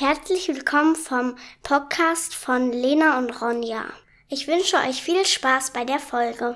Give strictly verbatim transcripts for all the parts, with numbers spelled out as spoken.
Herzlich willkommen vom Podcast von Lena und Ronja. Ich wünsche euch viel Spaß bei der Folge.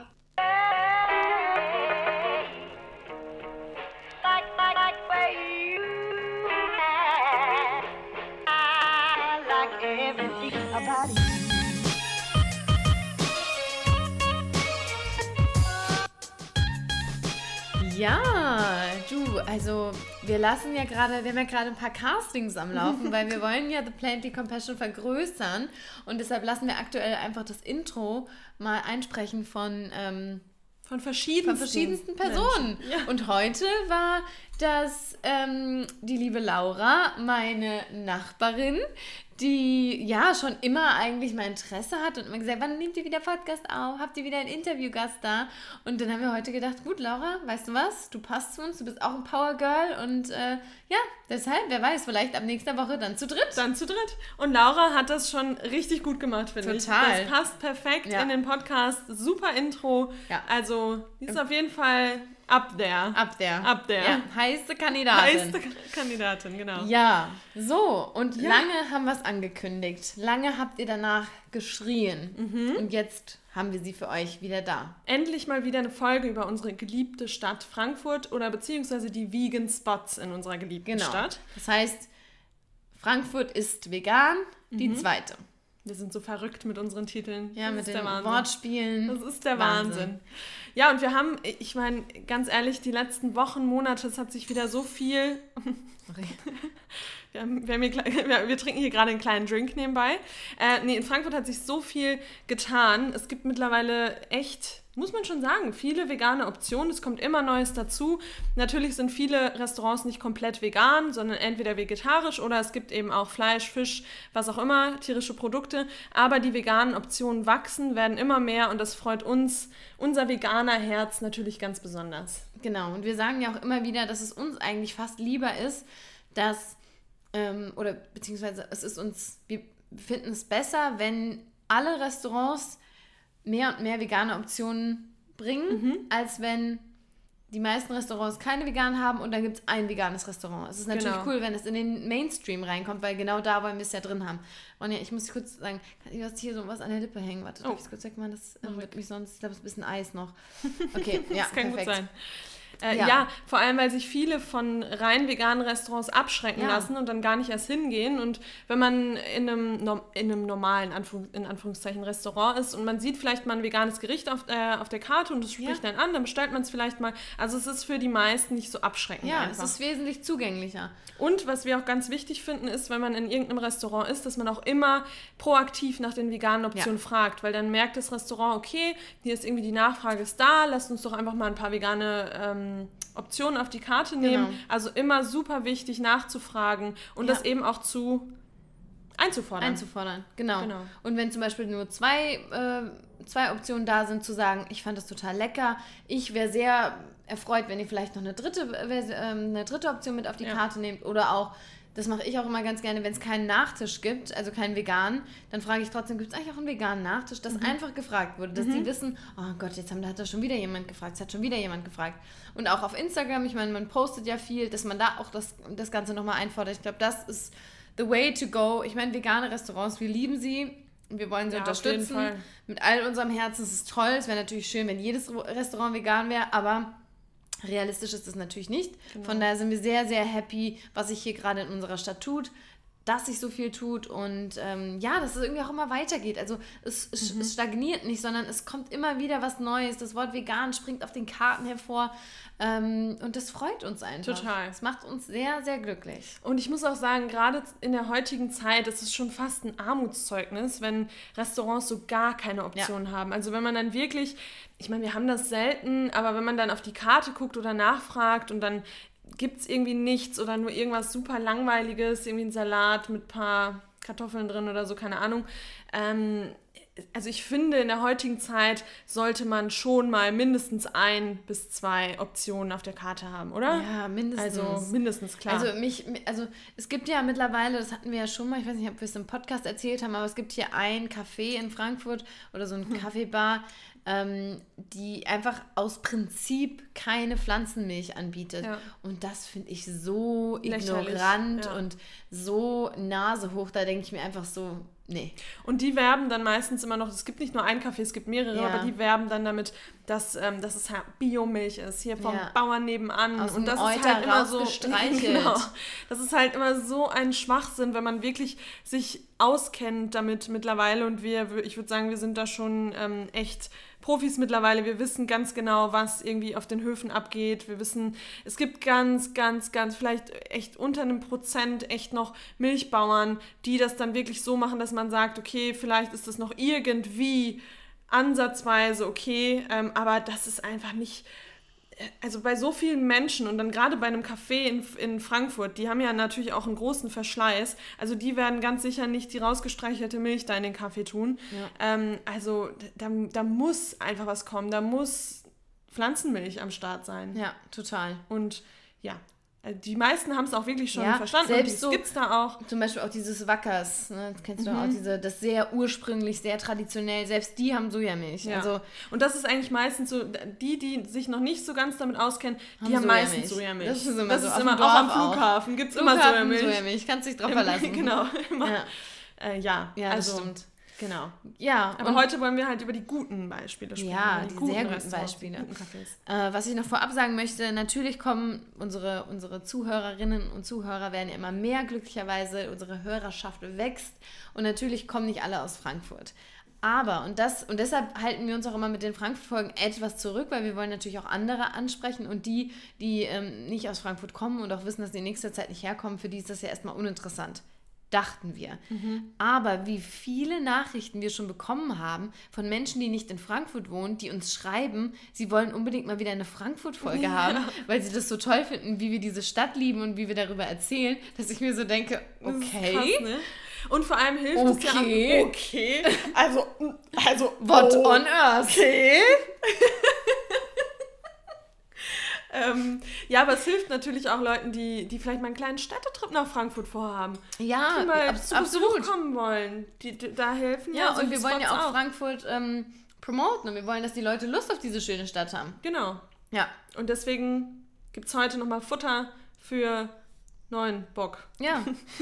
Ja, du, also wir lassen ja gerade, wir haben ja gerade ein paar Castings am Laufen, weil wir wollen ja The Plenty Compassion vergrößern und deshalb lassen wir aktuell einfach das Intro mal einsprechen von, ähm, von, verschiedensten, von verschiedensten Personen. Ja. Und heute war das ähm, die liebe Laura, meine Nachbarin, die ja schon immer eigentlich mein Interesse hat und immer gesagt, wann nehmt ihr wieder Podcast auf? Habt ihr wieder einen Interviewgast da? Und dann haben wir heute gedacht, gut, Laura, weißt du was? Du passt zu uns, du bist auch ein Power Girl und äh, ja, deshalb, wer weiß, vielleicht ab nächster Woche dann zu dritt. Dann zu dritt. Und Laura hat das schon richtig gut gemacht, finde ich. Total. Das passt perfekt ja. in den Podcast. Super Intro. Ja. Also, die ist auf jeden Fall up there. Up there. Up there. Ja, heiße Kandidatin. Heiße Kandidatin, genau. Ja, so. Und ja. lange haben wir es angekündigt. Lange habt ihr danach geschrien. Mhm. Und jetzt haben wir sie für euch wieder da. Endlich mal wieder eine Folge über unsere geliebte Stadt Frankfurt oder beziehungsweise die Vegan Spots in unserer geliebten genau. Stadt. Das heißt, Frankfurt ist vegan, die mhm. zweite. Wir sind so verrückt mit unseren Titeln. Ja, das mit den Wortspielen. Das ist der Wahnsinn. Wahnsinn. Ja, und wir haben, ich meine, ganz ehrlich, die letzten Wochen, Monate, es hat sich wieder so viel... Sorry. wir, haben, wir, haben hier, wir, wir trinken hier gerade einen kleinen Drink nebenbei. Äh, nee, in Frankfurt hat sich so viel getan. Es gibt mittlerweile echt... muss man schon sagen, viele vegane Optionen, es kommt immer Neues dazu. Natürlich sind viele Restaurants nicht komplett vegan, sondern entweder vegetarisch oder es gibt eben auch Fleisch, Fisch, was auch immer, tierische Produkte. Aber die veganen Optionen wachsen, werden immer mehr und das freut uns, unser veganer Herz natürlich ganz besonders. Genau, und wir sagen ja auch immer wieder, dass es uns eigentlich fast lieber ist, dass, ähm, oder beziehungsweise es ist uns, wir finden es besser, wenn alle Restaurants mehr und mehr vegane Optionen bringen, mhm. als wenn die meisten Restaurants keine veganen haben und dann gibt es ein veganes Restaurant. Es ist natürlich genau. cool, wenn es in den Mainstream reinkommt, weil genau da wollen wir es ja drin haben. Und ja, ich muss kurz sagen, du hast hier so was an der Lippe hängen. Warte, darf ich es kurz wegmachen? Das ähm, wird mich sonst, ich glaube, es ist ein bisschen Eis noch. Okay, ja, das kann perfekt. gut sein. Äh, ja. ja, vor allem, weil sich viele von rein veganen Restaurants abschrecken ja. lassen und dann gar nicht erst hingehen. Und wenn man in einem, in einem normalen, Anführungs- in Anführungszeichen, Restaurant ist und man sieht vielleicht mal ein veganes Gericht auf, äh, auf der Karte und das spricht ja. dann an, dann bestellt man es vielleicht mal. Also es ist für die meisten nicht so abschreckend Ja, einfach. Es ist wesentlich zugänglicher. Und was wir auch ganz wichtig finden, ist, wenn man in irgendeinem Restaurant ist, dass man auch immer proaktiv nach den veganen Optionen ja. fragt, weil dann merkt das Restaurant, okay, hier ist irgendwie die Nachfrage ist da, lasst uns doch einfach mal ein paar vegane ähm, Optionen auf die Karte nehmen. Genau. Also immer super wichtig nachzufragen und ja. das eben auch zu einzufordern. Einzufordern, genau. genau. Und wenn zum Beispiel nur zwei, äh, zwei Optionen da sind, zu sagen, ich fand das total lecker, ich wäre sehr erfreut, wenn ihr vielleicht noch eine dritte, äh, eine dritte Option mit auf die ja. Karte nehmt oder auch, das mache ich auch immer ganz gerne, wenn es keinen Nachtisch gibt, also keinen veganen, dann frage ich trotzdem, gibt es eigentlich auch einen veganen Nachtisch, dass mhm. einfach gefragt wurde, dass mhm. die wissen, oh Gott, jetzt haben, da hat da schon wieder jemand gefragt, es hat schon wieder jemand gefragt. Und auch auf Instagram, ich meine, man postet ja viel, dass man da auch das, das Ganze nochmal einfordert. Ich glaube, das ist the way to go. Ich meine, vegane Restaurants, wir lieben sie, wir wollen sie ja, unterstützen. Mit all unserem Herzen, es ist toll, es wäre natürlich schön, wenn jedes Restaurant vegan wäre, aber realistisch ist es natürlich nicht. Genau. Von daher sind wir sehr, sehr happy, was sich hier gerade in unserer Stadt tut, dass sich so viel tut und ähm, ja, dass es irgendwie auch immer weitergeht. Also es, mhm. es stagniert nicht, sondern es kommt immer wieder was Neues. Das Wort vegan springt auf den Karten hervor ähm, und das freut uns einfach. Total. Es macht uns sehr, sehr glücklich. Und ich muss auch sagen, gerade in der heutigen Zeit ist es schon fast ein Armutszeugnis, wenn Restaurants so gar keine Optionen ja. haben. Also wenn man dann wirklich, ich meine, wir haben das selten, aber wenn man dann auf die Karte guckt oder nachfragt und dann gibt es irgendwie nichts oder nur irgendwas super Langweiliges, irgendwie ein Salat mit ein paar Kartoffeln drin oder so, keine Ahnung. Ähm, also ich finde, in der heutigen Zeit sollte man schon mal mindestens ein bis zwei Optionen auf der Karte haben, oder? Ja, mindestens. Also mindestens, klar. Also, mich, also es gibt ja mittlerweile, das hatten wir ja schon mal, ich weiß nicht, ob wir es im Podcast erzählt haben, aber es gibt hier ein Café in Frankfurt oder so ein Kaffeebar, ähm, die einfach aus Prinzip keine Pflanzenmilch anbietet. Ja. Und das finde ich so Lächerlich. ignorant ja. und so nasehoch. Da denke ich mir einfach so, nee. Und die werben dann meistens immer noch, es gibt nicht nur einen Kaffee, es gibt mehrere, ja. aber die werben dann damit, dass, ähm, dass es halt Biomilch ist, hier vom ja. Bauern nebenan. Aus und das ist halt immer so genau, das ist halt immer so ein Schwachsinn, wenn man wirklich sich auskennt damit mittlerweile. Und wir, ich würde sagen, wir sind da schon ähm, echt Profis mittlerweile. Wir wissen ganz genau, was irgendwie auf den Höfen abgeht. Wir wissen, es gibt ganz, ganz, ganz, vielleicht echt unter einem Prozent echt noch Milchbauern, die das dann wirklich so machen, dass man sagt, okay, vielleicht ist das noch irgendwie ansatzweise okay, ähm, aber das ist einfach nicht, also bei so vielen Menschen und dann gerade bei einem Café in, in Frankfurt, die haben ja natürlich auch einen großen Verschleiß, also die werden ganz sicher nicht die rausgestreichelte Milch da in den Kaffee tun. Ja. Ähm, also da, da muss einfach was kommen, da muss Pflanzenmilch am Start sein. Ja, total. Und ja, die meisten haben es auch wirklich schon ja, verstanden. Selbst und das so, gibt's da auch. Zum Beispiel auch dieses Wackers, ne? Das kennst du mhm. auch, diese, das sehr ursprünglich, sehr traditionell, selbst die haben Sojamilch. Ja. Also, und das ist eigentlich meistens so, die, die sich noch nicht so ganz damit auskennen, die haben, haben meistens Sojamilch. Das ist immer das so. ist immer auch am Flughafen, gibt es immer Sojamilch. Sojamilch, kannst dich drauf verlassen. Genau, immer. Ja, äh, ja, ja also, das stimmt. Genau. Ja, aber heute wollen wir halt über die guten Beispiele sprechen. Ja, die, die guten sehr guten Restaurants, Beispiele. Die guten Cafés. Äh, was ich noch vorab sagen möchte, natürlich kommen unsere, unsere Zuhörerinnen und Zuhörer werden ja immer mehr, glücklicherweise. Unsere Hörerschaft wächst und natürlich kommen nicht alle aus Frankfurt. Aber, und das und deshalb halten wir uns auch immer mit den Frankfurt-Folgen etwas zurück, weil wir wollen natürlich auch andere ansprechen und die, die ähm, nicht aus Frankfurt kommen und auch wissen, dass die in nächster Zeit nicht herkommen, für die ist das ja erstmal uninteressant. Dachten wir. Mhm. Aber wie viele Nachrichten wir schon bekommen haben von Menschen, die nicht in Frankfurt wohnen, die uns schreiben, sie wollen unbedingt mal wieder eine Frankfurt-Folge ja. haben, weil sie das so toll finden, wie wir diese Stadt lieben und wie wir darüber erzählen, dass ich mir so denke, okay. Krass, ne? Und vor allem hilft okay. es ja an, okay, also, also what oh, on earth? Okay. Ähm, ja, aber es hilft natürlich auch Leuten, die, die vielleicht mal einen kleinen Städtetrip nach Frankfurt vorhaben. Ja, die mal ab, zu absolut Besuch kommen wollen. Die, die, da helfen ja, ja und wir Spots wollen ja auch, auch Frankfurt ähm, promoten und wir wollen, dass die Leute Lust auf diese schöne Stadt haben. Genau. Ja. Und deswegen gibt es heute nochmal Futter für neuen Bock. Ja.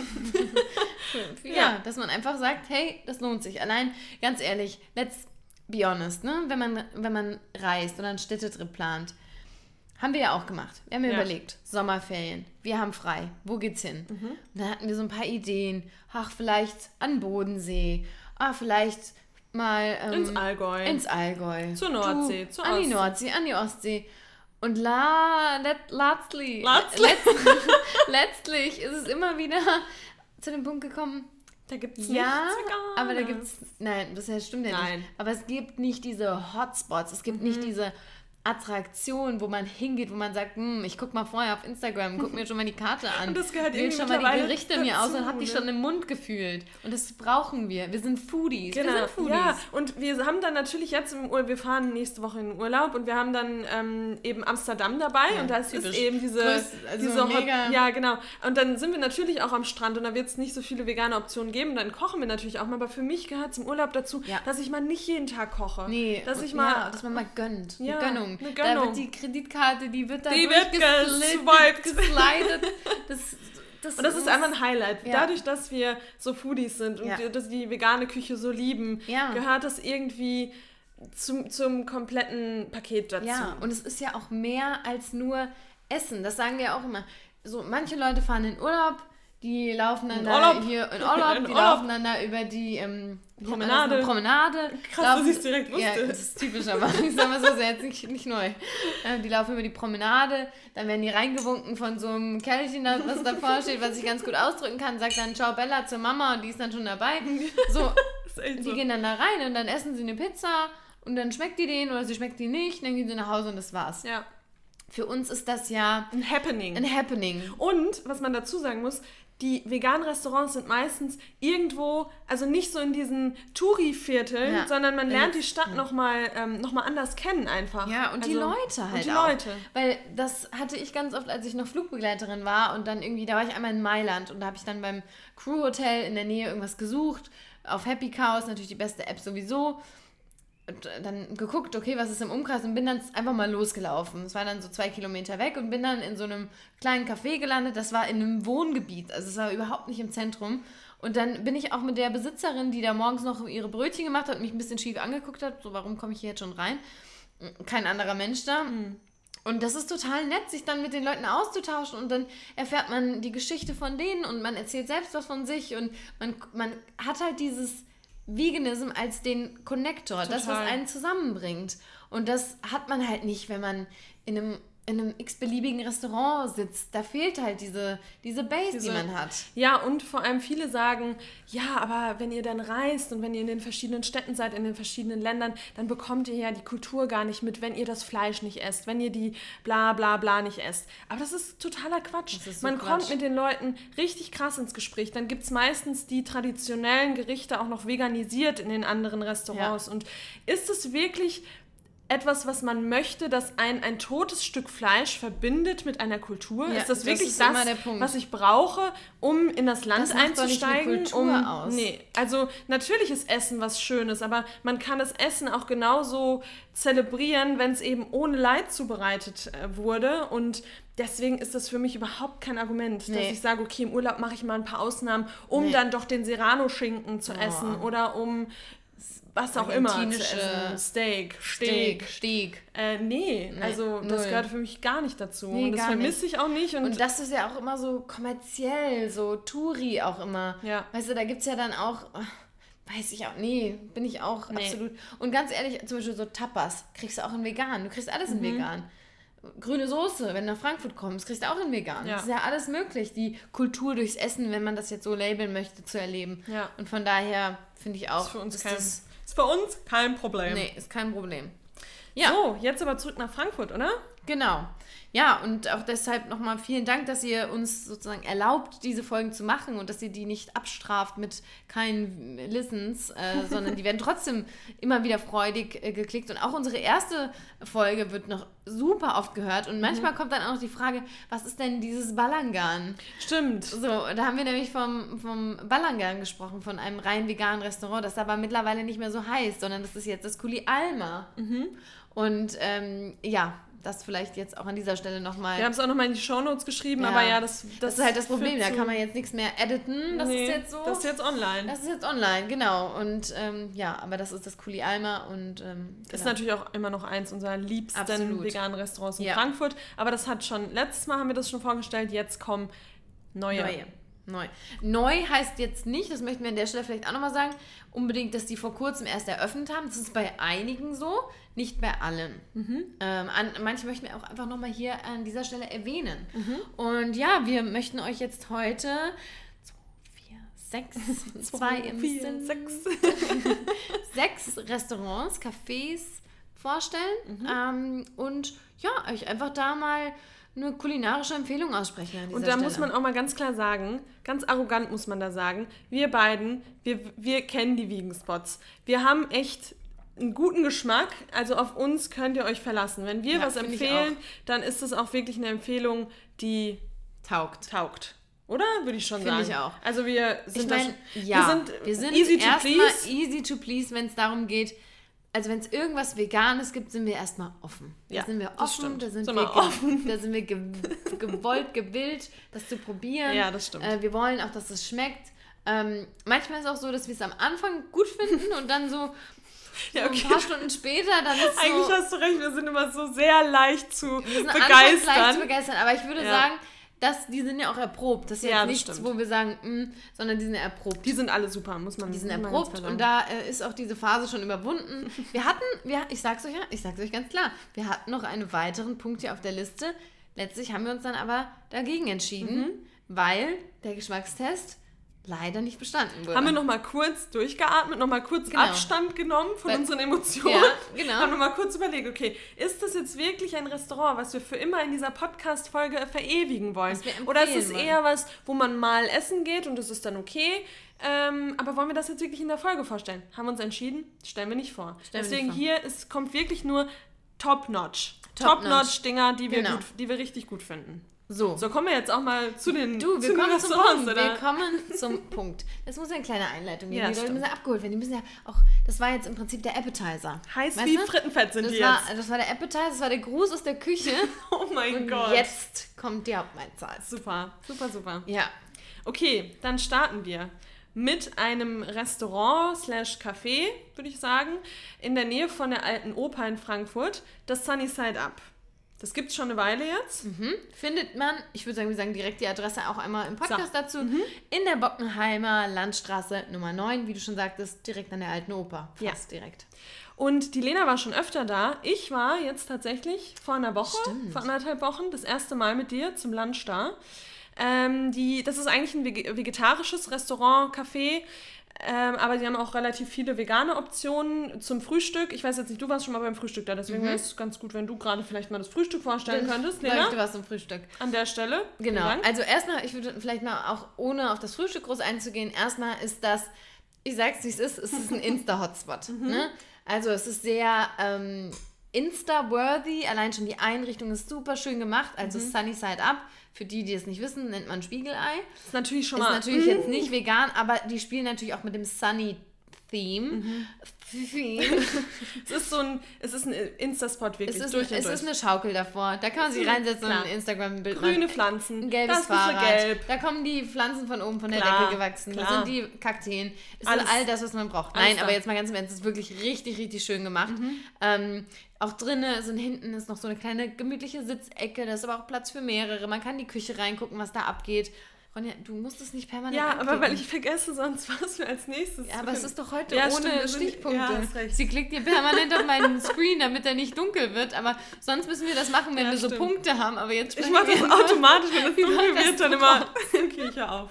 ja. Ja, dass man einfach sagt, hey, das lohnt sich. Allein, ganz ehrlich, let's be honest, ne? Wenn man, wenn man reist oder einen Städtetrip plant, haben wir ja auch gemacht. Wir haben ja. überlegt, Sommerferien, wir haben frei, wo geht's hin? Mhm. Und dann hatten wir so ein paar Ideen. Ach, vielleicht an Bodensee. Ah, vielleicht mal... Ähm, ins Allgäu. Ins Allgäu. Zur Nordsee, du, zur An Ostsee. die Nordsee, an die Ostsee. Und la, let, letztlich, letztlich. letztlich, letztlich ist es immer wieder zu dem Punkt gekommen, da gibt es ja, nichts Veganes. aber da gibt es, nein, das stimmt ja nein. nicht. Aber es gibt nicht diese Hotspots, es gibt mhm. nicht diese Attraktion, wo man hingeht, wo man sagt, hm, ich guck mal vorher auf Instagram, guck mir schon mal die Karte an, und das gehört wähl schon mal die Gerichte dazu, mir aus und hab die ne? schon im Mund gefühlt. Und das brauchen wir. Wir sind Foodies. Genau. Wir sind Foodies. Ja, und wir haben dann natürlich jetzt im Urlaub, wir fahren nächste Woche in den Urlaub und wir haben dann ähm, eben Amsterdam dabei ja, und das typisch. Ist eben diese, Größ, also diese mega. Ja, genau. Und dann sind wir natürlich auch am Strand und da wird es nicht so viele vegane Optionen geben. Dann kochen wir natürlich auch mal, aber für mich gehört zum Urlaub dazu, ja. dass ich mal nicht jeden Tag koche. Nee, dass und, ich mal, ja, dass man mal gönnt. Ja, eine Gönnung. Eine Gönnung. Da wird die Kreditkarte, die wird da die wird geswiped. geslidet. Das, das und das ist, ist einfach ein Highlight. Ja. Dadurch, dass wir so Foodies sind und ja. dass wir die vegane Küche so lieben, ja. gehört das irgendwie zum, zum kompletten Paket dazu. Ja, und es ist ja auch mehr als nur Essen. Das sagen wir auch immer. So, manche Leute fahren in Urlaub, die laufen dann in da Urlaub. hier in Urlaub, in die Urlaub. laufen dann da über die ähm, Promenade. Promenade. Krass, laufen, dass ich es direkt wusste. Ja, das ist typisch, aber ich sag mal so, ist ja jetzt nicht, nicht neu. Äh, die laufen über die Promenade, dann werden die reingewunken von so einem Kerlchen, was davor steht, was ich ganz gut ausdrücken kann, sagt dann Ciao Bella zur Mama und die ist dann schon dabei. So, die so. Gehen dann da rein und dann essen sie eine Pizza und dann schmeckt die denen oder sie schmeckt die nicht, dann gehen sie nach Hause und das war's. Ja. Für uns ist das ja ein Happening. Ein Happening. Und, was man dazu sagen muss, die veganen Restaurants sind meistens irgendwo, also nicht so in diesen Touri-Vierteln, ja. sondern man lernt die Stadt ja. nochmal ähm, noch mal anders kennen einfach. Ja, und also, die Leute halt und die auch. Leute. Weil das hatte ich ganz oft, als ich noch Flugbegleiterin war und dann irgendwie, da war ich einmal in Mailand und da habe ich dann beim Crew Hotel in der Nähe irgendwas gesucht, auf Happy Cow, ist natürlich die beste App sowieso. dann geguckt, okay, was ist im Umkreis und bin dann einfach mal losgelaufen. Es war dann so zwei Kilometer weg und bin dann in so einem kleinen Café gelandet. Das war in einem Wohngebiet, also es war überhaupt nicht im Zentrum. Und dann bin ich auch mit der Besitzerin, die da morgens noch ihre Brötchen gemacht hat und mich ein bisschen schief angeguckt hat, so, warum komme ich hier jetzt schon rein? Kein anderer Mensch da. Mhm. Und das ist total nett, sich dann mit den Leuten auszutauschen und dann erfährt man die Geschichte von denen und man erzählt selbst was von sich und man, man hat halt dieses Veganism als den Connector, total. Das, was einen zusammenbringt. Und das hat man halt nicht, wenn man in einem in einem x-beliebigen Restaurant sitzt. Da fehlt halt diese, diese Base, diese, die man hat. Ja, und vor allem viele sagen, ja, aber wenn ihr dann reist und wenn ihr in den verschiedenen Städten seid, in den verschiedenen Ländern, dann bekommt ihr ja die Kultur gar nicht mit, wenn ihr das Fleisch nicht esst, wenn ihr die bla bla bla nicht esst. Aber das ist totaler Quatsch. Das ist so man Quatsch. Kommt mit den Leuten richtig krass ins Gespräch. Dann gibt es meistens die traditionellen Gerichte auch noch veganisiert in den anderen Restaurants. Ja. Und ist es wirklich etwas, was man möchte, dass ein, ein totes Stück Fleisch verbindet mit einer Kultur? Ja, ist das wirklich das, das was ich brauche, um in das Land das einzusteigen? Macht doch nicht eine Kultur um, aus. Nee, also natürlich ist Essen was Schönes, aber man kann das Essen auch genauso zelebrieren, wenn es eben ohne Leid zubereitet äh, wurde. Und deswegen ist das für mich überhaupt kein Argument, nee. dass ich sage, okay, im Urlaub mache ich mal ein paar Ausnahmen, um nee. dann doch den Serrano-Schinken zu oh. essen oder um was auch immer zu essen. Steak, Steak. Steak. Äh, nee, nee, also das null. Gehört für mich gar nicht dazu. Nee, und das vermisse ich auch nicht. Und, und das ist ja auch immer so kommerziell, so Touri auch immer. Ja. Weißt du, da gibt es ja dann auch, weiß ich auch, nee, bin ich auch nee. absolut. Und ganz ehrlich, zum Beispiel so Tapas kriegst du auch in vegan. Du kriegst alles in mhm. vegan. Grüne Soße, wenn du nach Frankfurt kommst, kriegst du auch in vegan. Ja. Das ist ja alles möglich, die Kultur durchs Essen, wenn man das jetzt so labeln möchte, zu erleben. Ja. Und von daher finde ich auch, ist für uns ist kein... das Ist für uns kein Problem. Nee, ist kein Problem. Ja. So, jetzt aber zurück nach Frankfurt, oder? Genau. Ja, und auch deshalb nochmal vielen Dank, dass ihr uns sozusagen erlaubt, diese Folgen zu machen und dass ihr die nicht abstraft mit keinen Listens, äh, sondern die werden trotzdem immer wieder freudig äh, geklickt. Und auch unsere erste Folge wird noch super oft gehört. Und manchmal mhm. kommt dann auch noch die Frage, was ist denn dieses Balangan? Stimmt. So, da haben wir nämlich vom, vom Balangan gesprochen, von einem rein veganen Restaurant, das aber mittlerweile nicht mehr so heißt, sondern das ist jetzt das Kuli Alma. Mhm. Und ähm, ja, das vielleicht jetzt auch an dieser Stelle nochmal. Wir haben es auch nochmal in die Shownotes geschrieben, ja, aber ja, das, das... Das ist halt das Problem, da kann man jetzt nichts mehr editen, das nee, ist jetzt so... das ist jetzt online. Das ist jetzt online, genau. Und ähm, ja, aber das ist das Kuli Alma und... Ähm, genau. Ist natürlich auch immer noch eins unserer liebsten Absolut. veganen Restaurants in ja. Frankfurt, aber das hat schon... Letztes Mal haben wir das schon vorgestellt, jetzt kommen neue. Neue. Neu. Neu heißt jetzt nicht, das möchten wir an der Stelle vielleicht auch nochmal sagen, unbedingt, dass die vor kurzem erst eröffnet haben. Das ist bei einigen so, nicht bei allen. Mhm. Ähm, an, manche möchten wir auch einfach nochmal hier an dieser Stelle erwähnen. Mhm. Und ja, wir möchten euch jetzt heute zwei, vier, sechs, zwei im vier, sechs. sechs Restaurants, Cafés vorstellen mhm. ähm, und ja, euch einfach da mal eine kulinarische Empfehlung aussprechen an dieser Und da Stelle. muss man auch mal ganz klar sagen, ganz arrogant muss man da sagen, wir beiden, wir, wir kennen die Vegan Spots. Wir haben echt einen guten Geschmack, also auf uns könnt ihr euch verlassen. Wenn wir ja, was empfehlen, dann ist das auch wirklich eine Empfehlung, die taugt. taugt. Oder? Würde ich schon Find sagen. Finde ich auch. Also wir sind, ich mein, schon, ja, wir sind, wir sind easy to please. easy to please, wenn es darum geht, also wenn es irgendwas Veganes gibt, sind wir erstmal offen. Da ja, sind wir offen, da sind, sind wir wir offen. da sind wir ge- gewollt, gewillt, das zu probieren. Ja, das stimmt. Äh, wir wollen auch, dass es schmeckt. Ähm, manchmal ist es auch so, dass wir es am Anfang gut finden und dann so, so ja, okay. ein paar Stunden später, dann ist so... Eigentlich hast du recht, wir sind immer so sehr leicht zu wir sind begeistern. leicht zu begeistern, aber ich würde ja. sagen... Das, die sind ja auch erprobt. Das ist jetzt ja, nichts, stimmt. wo wir sagen, mh, sondern die sind erprobt. Die sind alle super, muss man Die sind muss erprobt und da äh, ist auch diese Phase schon überwunden. Wir hatten, wir, ich sag's euch ja, ich sag's euch ganz klar, wir hatten noch einen weiteren Punkt hier auf der Liste. Letztlich haben wir uns dann aber dagegen entschieden, mhm. weil der Geschmackstest leider nicht bestanden wurde. Haben wir nochmal kurz durchgeatmet, nochmal kurz genau. Abstand genommen von Weil, unseren Emotionen. Ja, genau. Haben nochmal kurz überlegt, okay, ist das jetzt wirklich ein Restaurant, was wir für immer in dieser Podcast-Folge verewigen wollen? Oder ist es eher was, wo man mal essen geht und das ist dann okay? Ähm, aber wollen wir das jetzt wirklich in der Folge vorstellen? Haben wir uns entschieden? Stellen wir nicht vor. Stellen Deswegen nicht vor. hier, es kommt wirklich nur Top-Notch. Top-Notch. Top-Notch-Dinger, die, wir genau. gut, die wir richtig gut finden. So. So kommen wir jetzt auch mal zu den Du, wir zu kommen den zum Restaurants, Punkt. oder? Wir kommen zum Punkt. Das muss ja eine kleine Einleitung geben. Ja, die Leute stimmt. müssen ja abgeholt werden. Die müssen ja auch, das war jetzt im Prinzip der Appetizer. Heiß Weißt wie du? Frittenfett sind Das die war, jetzt. das war der Appetizer, das war der Gruß aus der Küche. Oh mein Und Gott. jetzt kommt die Hauptmahlzeit. Super, super, super. Ja. Okay, dann starten wir mit einem Restaurant slash Café, würde ich sagen, in der Nähe von der Alten Oper in Frankfurt, das Sunny Side Up. Das gibt es schon eine Weile jetzt. Mhm. Findet man, ich würde sagen, wir sagen direkt die Adresse auch einmal im Podcast So. dazu, mhm. in der Bockenheimer Landstraße Nummer neun, wie du schon sagtest, direkt an der Alten Oper. Fast ja. direkt. Und die Lena war schon öfter da. Ich war jetzt tatsächlich vor einer Woche, Stimmt. vor anderthalb Wochen, das erste Mal mit dir zum Lunch da. Ähm, die, das ist eigentlich ein vegetarisches Restaurant, Café, ähm, aber die haben auch relativ viele vegane Optionen zum Frühstück. Ich weiß jetzt nicht, du warst schon mal beim Frühstück da, deswegen mhm. wäre es ganz gut, wenn du gerade vielleicht mal das Frühstück vorstellen das könntest, Lena. Du warst zum Frühstück. An der Stelle. Genau, also erstmal, ich würde vielleicht mal auch, ohne auf das Frühstück groß einzugehen, erstmal ist das, ich sag's wie es ist, es ist ein Insta-Hotspot. mhm. ne? Also es ist sehr ähm, Insta-worthy, allein schon die Einrichtung ist super schön gemacht, also mhm. Sunny Side Up. Für die, die es nicht wissen, nennt man Spiegelei. Ist natürlich schon ist mal... Ist natürlich jetzt nicht vegan, aber die spielen natürlich auch mit dem Sunny-Theme. Mhm. es ist so ein... Es ist ein Insta-Spot wirklich, es ist, durch und Es durch. ist eine Schaukel davor. Da kann man sich reinsetzen Klar. und ein Instagram-Bild machen. Grüne machen. Pflanzen. Ein gelbes das Fahrrad. Gelb. Da kommen die Pflanzen von oben von der Klar, Decke gewachsen. Klar. Da sind die Kakteen. Es alles, ist all das, was man braucht. Nein, aber jetzt mal ganz im Ernst, es ist wirklich richtig, richtig schön gemacht. Mhm. Ähm, auch drinnen sind hinten ist noch so eine kleine gemütliche Sitzecke, da ist aber auch Platz für mehrere. Man kann in die Küche reingucken, was da abgeht. Ronja, du musst es nicht permanent Ja, anklicken. aber weil ich vergesse sonst, was wir als nächstes Ja, aber es ist doch heute ja, ohne stimmt, Stichpunkte. Ja, hast recht. Sie klickt hier permanent auf meinen Screen, damit er nicht dunkel wird, aber sonst müssen wir das machen, wenn ja, wir stimmt. so Punkte haben. Aber jetzt ich mache das nur, automatisch, wenn es dunkel wird, dann immer klicke ich auf.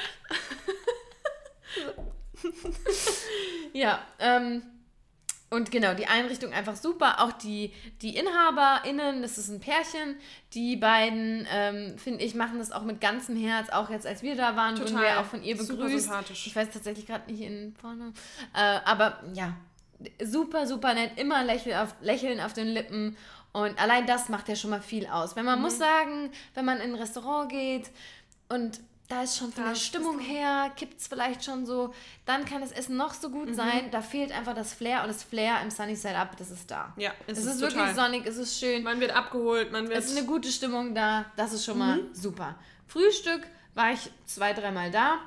Ja, ähm... Und genau, die Einrichtung einfach super. Auch die, die InhaberInnen, das ist ein Pärchen. Die beiden, ähm, finde ich, machen das auch mit ganzem Herz. Auch jetzt, als wir da waren, wurden wir auch von ihr begrüßt. Ich weiß tatsächlich gerade nicht in vorne. Äh, aber ja, super, super nett. Immer Lächeln auf, Lächeln auf den Lippen. Und allein das macht ja schon mal viel aus. Wenn man mhm. muss sagen, wenn man in ein Restaurant geht und da ist schon von der Stimmung her, kippt es vielleicht schon so, dann kann das Essen noch so gut mhm. sein, da fehlt einfach das Flair und das Flair im Sunny Side Up, das ist da. Ja, es, es ist, ist wirklich total. sonnig, es ist schön. Man wird abgeholt, man wird... Es ist eine gute Stimmung da, das ist schon mhm. mal super. Frühstück war ich zwei, dreimal da.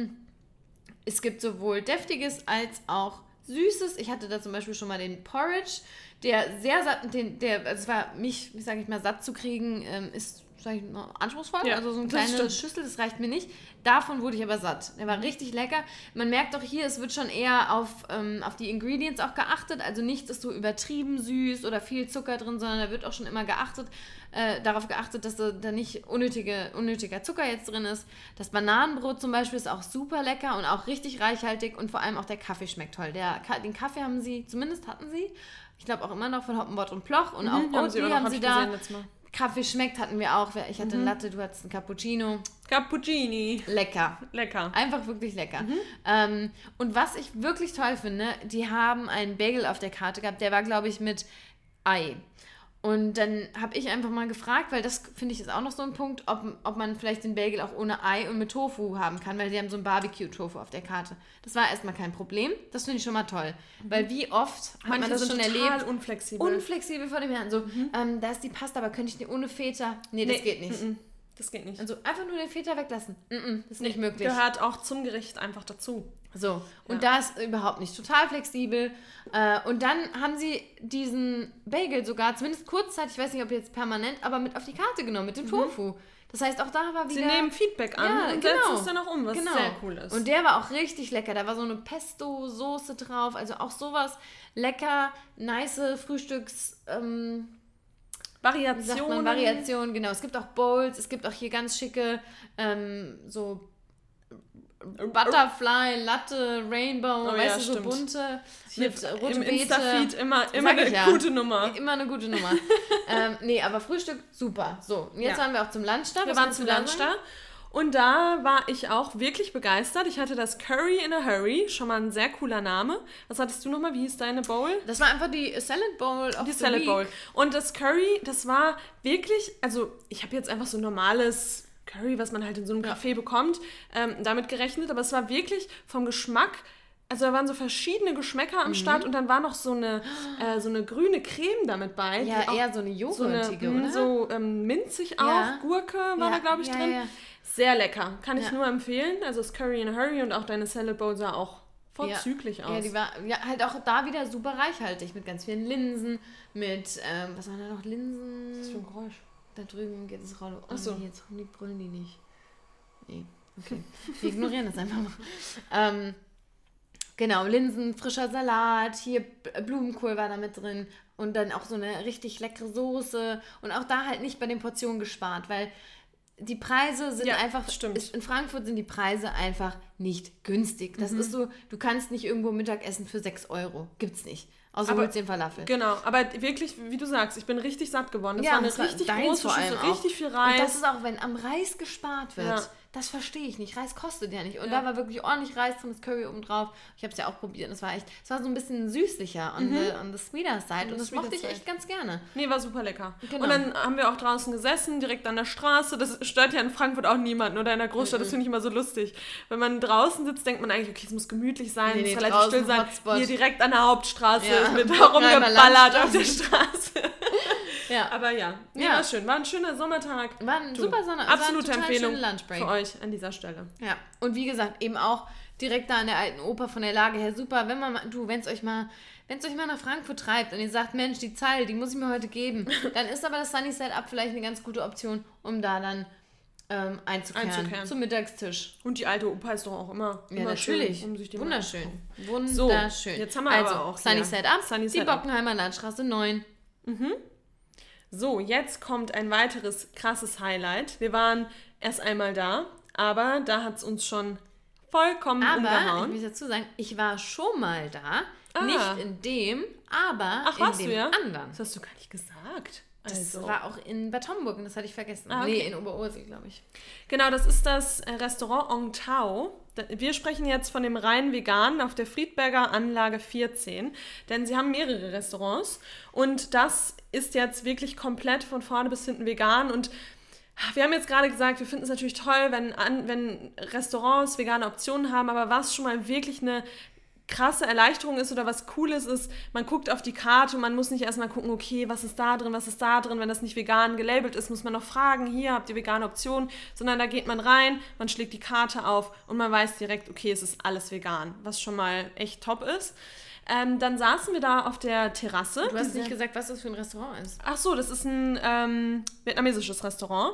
Es gibt sowohl Deftiges als auch Süßes. Ich hatte da zum Beispiel schon mal den Porridge, der sehr satt, den, der, also es war mich, wie sage ich mal, satt zu kriegen, ist sag ich mal, anspruchsvoll, ja, also so eine kleine Schüssel, das reicht mir nicht. Davon wurde ich aber satt. Der war richtig lecker. Man merkt auch hier, es wird schon eher auf, ähm, auf die Ingredients auch geachtet, also nichts ist so übertrieben süß oder viel Zucker drin, sondern da wird auch schon immer geachtet, äh, darauf geachtet, dass da, da nicht unnötige, unnötiger Zucker jetzt drin ist. Das Bananenbrot zum Beispiel ist auch super lecker und auch richtig reichhaltig und vor allem auch der Kaffee schmeckt toll. Der, den Kaffee haben sie, zumindest hatten sie, ich glaube auch immer noch von Hoppenbott und Ploch und mhm, auch Oatly haben, haben sie da. Kaffee schmeckt hatten wir auch. Ich hatte mhm. einen Latte, du hattest einen Cappuccino. Cappuccini. Lecker. Lecker. Einfach wirklich lecker. Mhm. Ähm, und was ich wirklich toll finde, die haben einen Bagel auf der Karte gehabt, der war, glaube ich, mit Ei. Und dann habe ich einfach mal gefragt, weil das finde ich ist auch noch so ein Punkt, ob, ob man vielleicht den Bagel auch ohne Ei und mit Tofu haben kann, weil die haben so ein Barbecue-Tofu auf der Karte. Das war erstmal kein Problem. Das finde ich schon mal toll. Mhm. Weil wie oft hat Manche man das sind schon total erlebt? unflexibel. Unflexibel vor dem Herrn. So, mhm. ähm, da ist die Pasta, aber könnte ich die ohne Feta? Nee, das nee. geht nicht. Mhm. Das geht nicht. Also einfach nur den Feta weglassen. Mhm. Das ist nee. nicht möglich. Gehört auch zum Gericht einfach dazu. So, und ja. da ist überhaupt nicht total flexibel. Äh, und dann haben sie diesen Bagel sogar, zumindest kurzzeitig, ich weiß nicht, ob jetzt permanent, aber mit auf die Karte genommen, mit dem mhm. Tofu. Das heißt, auch da war wieder... Sie nehmen Feedback an ja, und genau. setzen es dann auch um, was genau. sehr cool ist. Und der war auch richtig lecker. Da war so eine Pesto-Soße drauf, also auch sowas lecker, nice Frühstücks... Ähm, Variationen. Variationen, genau. Es gibt auch Bowls, es gibt auch hier ganz schicke ähm, so... Butterfly, Latte, Rainbow, oh, weißt ja, du, so stimmt. bunte Hier mit rote im Beete. Insta-Feed immer, immer eine ja. gute Nummer. Immer eine gute Nummer. ähm, nee, aber Frühstück, super. So, und jetzt ja. waren wir auch zum Lunch da. Wir waren zum Lunch da. Und da war ich auch wirklich begeistert. Ich hatte das Curry in a Hurry, schon mal ein sehr cooler Name. Was hattest du nochmal? Wie hieß deine Bowl? Das war einfach die Salad Bowl of Die the Salad Week. Bowl. Und das Curry, das war wirklich, also ich habe jetzt einfach so normales Curry, was man halt in so einem Café bekommt, ähm, damit gerechnet. Aber es war wirklich vom Geschmack, also da waren so verschiedene Geschmäcker am mhm. Start und dann war noch so eine, äh, so eine grüne Creme damit bei. Ja, eher so eine joghurtige, so eine, oder? So ähm, minzig auch, ja. Gurke war ja. da, glaube ich, ja, drin. Ja. Sehr lecker, kann ich ja. nur empfehlen. Also das Curry in a Hurry und auch deine Salad Bowl sah auch vorzüglich ja. aus. Ja, die war ja, halt auch da wieder super reichhaltig mit ganz vielen Linsen, mit, ähm, was waren da noch, Linsen? Was ist das für ein Geräusch? Da drüben geht es raus. Oh, Achso. Nee, jetzt die brüllen die nicht. Nee, okay. Wir ignorieren das einfach mal. Ähm, genau, Linsen, frischer Salat, hier Blumenkohl war da mit drin und dann auch so eine richtig leckere Soße und auch da halt nicht bei den Portionen gespart, weil die Preise sind ja, einfach, stimmt. Ist, in Frankfurt sind die Preise einfach nicht günstig. Das mhm. ist so, du kannst nicht irgendwo Mittag essen für sechs Euro. Gibt's nicht. Außer holst den Falafel. Genau, aber wirklich, wie du sagst, ich bin richtig satt geworden. Das ja, war eine das war richtig deins große Schüssel, richtig viel Reis. Und das ist auch, wenn am Reis gespart wird. Ja. Das verstehe ich nicht. Reis kostet ja nicht. Und ja. da war wirklich ordentlich Reis drin, das Curry oben drauf. Ich habe es ja auch probiert. Das war echt, es war so ein bisschen süßlicher on, mhm. the, on the sweeter side. Und, und das mochte ich echt ganz gerne. Nee, war super lecker. Genau. Und dann haben wir auch draußen gesessen, direkt an der Straße. Das stört ja in Frankfurt auch niemanden oder in der Großstadt. Mhm. Das finde ich immer so lustig. Wenn man draußen sitzt, denkt man eigentlich, okay, es muss gemütlich sein, nee, es nee, muss relativ still sein. Hotspot. Hier direkt an der Hauptstraße ja. ist mit herumgeballert auf der Straße. Ja. Aber ja, nee, ja, war schön. War ein schöner Sommertag. War ein du, super Sommertag. Absolute Empfehlung Lunchbreak für euch an dieser Stelle. Ja, und wie gesagt, eben auch direkt da an der alten Oper von der Lage her super. Wenn man, du, wenn es euch mal, wenn es euch mal nach Frankfurt treibt und ihr sagt, Mensch, die Zeile, die muss ich mir heute geben, dann ist aber das Sunny Side Up vielleicht eine ganz gute Option, um da dann ähm, einzukehren, einzukehren zum Mittagstisch. Und die alte Oper ist doch auch immer, ja, immer natürlich. schön, um sich die Wunderschön. Wunderschön. So, jetzt haben wir also, aber auch Sunny Side Up, Sunny die Bockenheimer Landstraße neun. Mhm. So, jetzt kommt ein weiteres krasses Highlight. Wir waren erst einmal da, aber da hat es uns schon vollkommen aber, umgehauen. Aber, ich muss dazu sagen, ich war schon mal da, ah. nicht in dem, aber Ach, in warst dem du, ja? anderen. Das hast du gar nicht gesagt. Also. Das war auch in Bad Homburg und das hatte ich vergessen. Ah, okay. Nee, in Oberursel, glaube ich. Genau, das ist das Restaurant Ong Tao. Wir sprechen jetzt von dem rein veganen auf der Friedberger Anlage vierzehn, denn sie haben mehrere Restaurants und das ist jetzt wirklich komplett von vorne bis hinten vegan und wir haben jetzt gerade gesagt, wir finden es natürlich toll, wenn, wenn Restaurants vegane Optionen haben, aber was schon mal wirklich eine krasse Erleichterung ist oder was Cooles ist, man guckt auf die Karte und man muss nicht erstmal gucken, okay, was ist da drin, was ist da drin, wenn das nicht vegan gelabelt ist, muss man noch fragen, hier habt ihr vegane Optionen, sondern da geht man rein, man schlägt die Karte auf und man weiß direkt, okay, es ist alles vegan, was schon mal echt top ist. Ähm, dann saßen wir da auf der Terrasse. Du hast nicht gesagt, was das für ein Restaurant ist. Ach so, das ist ein ähm, vietnamesisches Restaurant.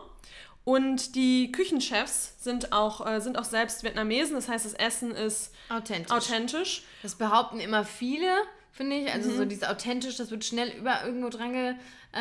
Und die Küchenchefs sind auch, äh, sind auch selbst Vietnamesen, das heißt, das Essen ist authentisch. authentisch. Das behaupten immer viele, finde ich. Also mhm. so dieses authentisch, das wird schnell über irgendwo dran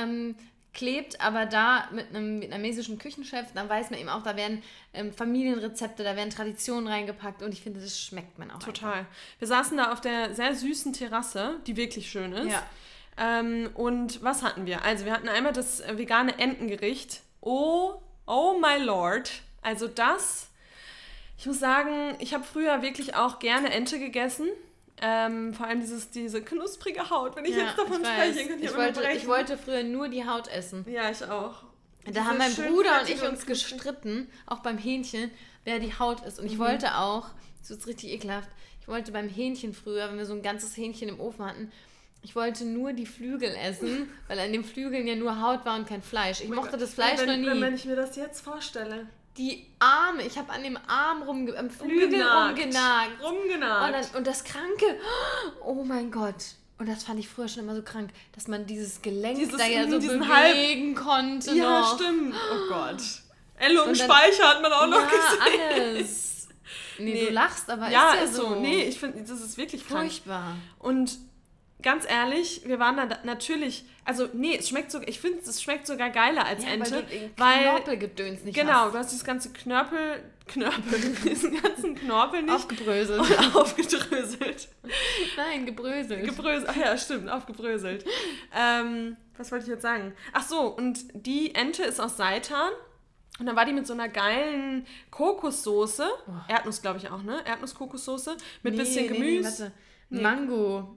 geklebt. Aber da mit einem vietnamesischen Küchenchef, dann weiß man eben auch, da werden ähm, Familienrezepte, da werden Traditionen reingepackt. Und ich finde, das schmeckt man auch. Total. Einfach. Wir saßen da auf der sehr süßen Terrasse, die wirklich schön ist. Ja. Ähm, und was hatten wir? Also wir hatten einmal das vegane Entengericht. Oh, oh my lord. Also das, ich muss sagen, ich habe früher wirklich auch gerne Ente gegessen. Ähm, vor allem dieses, diese knusprige Haut, wenn ich ja, jetzt davon ich spreche. Ich, ich, wollte, ich wollte früher nur die Haut essen. Ja, ich auch. Da diese haben mein Bruder und ich uns gestritten, auch beim Hähnchen, wer die Haut ist. Und ich mhm. wollte auch, das ist richtig ekelhaft, ich wollte beim Hähnchen früher, wenn wir so ein ganzes Hähnchen im Ofen hatten, ich wollte nur die Flügel essen, weil an den Flügeln ja nur Haut war und kein Fleisch. Ich mochte das Fleisch wenn, noch nie. Wenn ich mir das jetzt vorstelle. Die Arme, ich habe an dem Arm rumge... am Flügel rumgenagt. Rumgenagt. rumgenagt. Und, dann, und das Kranke, oh mein Gott. Und das fand ich früher schon immer so krank, dass man dieses Gelenk dieses, da ja so bewegen halb... konnte Ja, noch. Stimmt. Oh Gott. Ellungsspeicher hat man auch noch ja, gesehen. alles. Nee, nee, du lachst, aber ja, ist ja ist so. so. Nee, ich finde, das ist wirklich krank. Furchtbar. Und ganz ehrlich, wir waren da natürlich, also nee, es schmeckt sogar, ich finde, es schmeckt sogar geiler als ja, Ente. Weil du den weil Knorpelgedöns nicht Genau, hast. du hast dieses ganze Knörpel, Knörpel, diesen ganzen Knorpel nicht. Aufgebröselt. Und aufgedröselt. Nein, gebröselt. Gebröselt, ach ja, stimmt, aufgebröselt. ähm, was wollte ich jetzt sagen? Ach so, und die Ente ist aus Seitan. Und dann war die mit so einer geilen Kokossoße, oh. Erdnuss glaube ich auch, ne? Erdnuss-Kokossoße mit nee, bisschen nee, Gemüse. Nee, warte. Nee. Mango.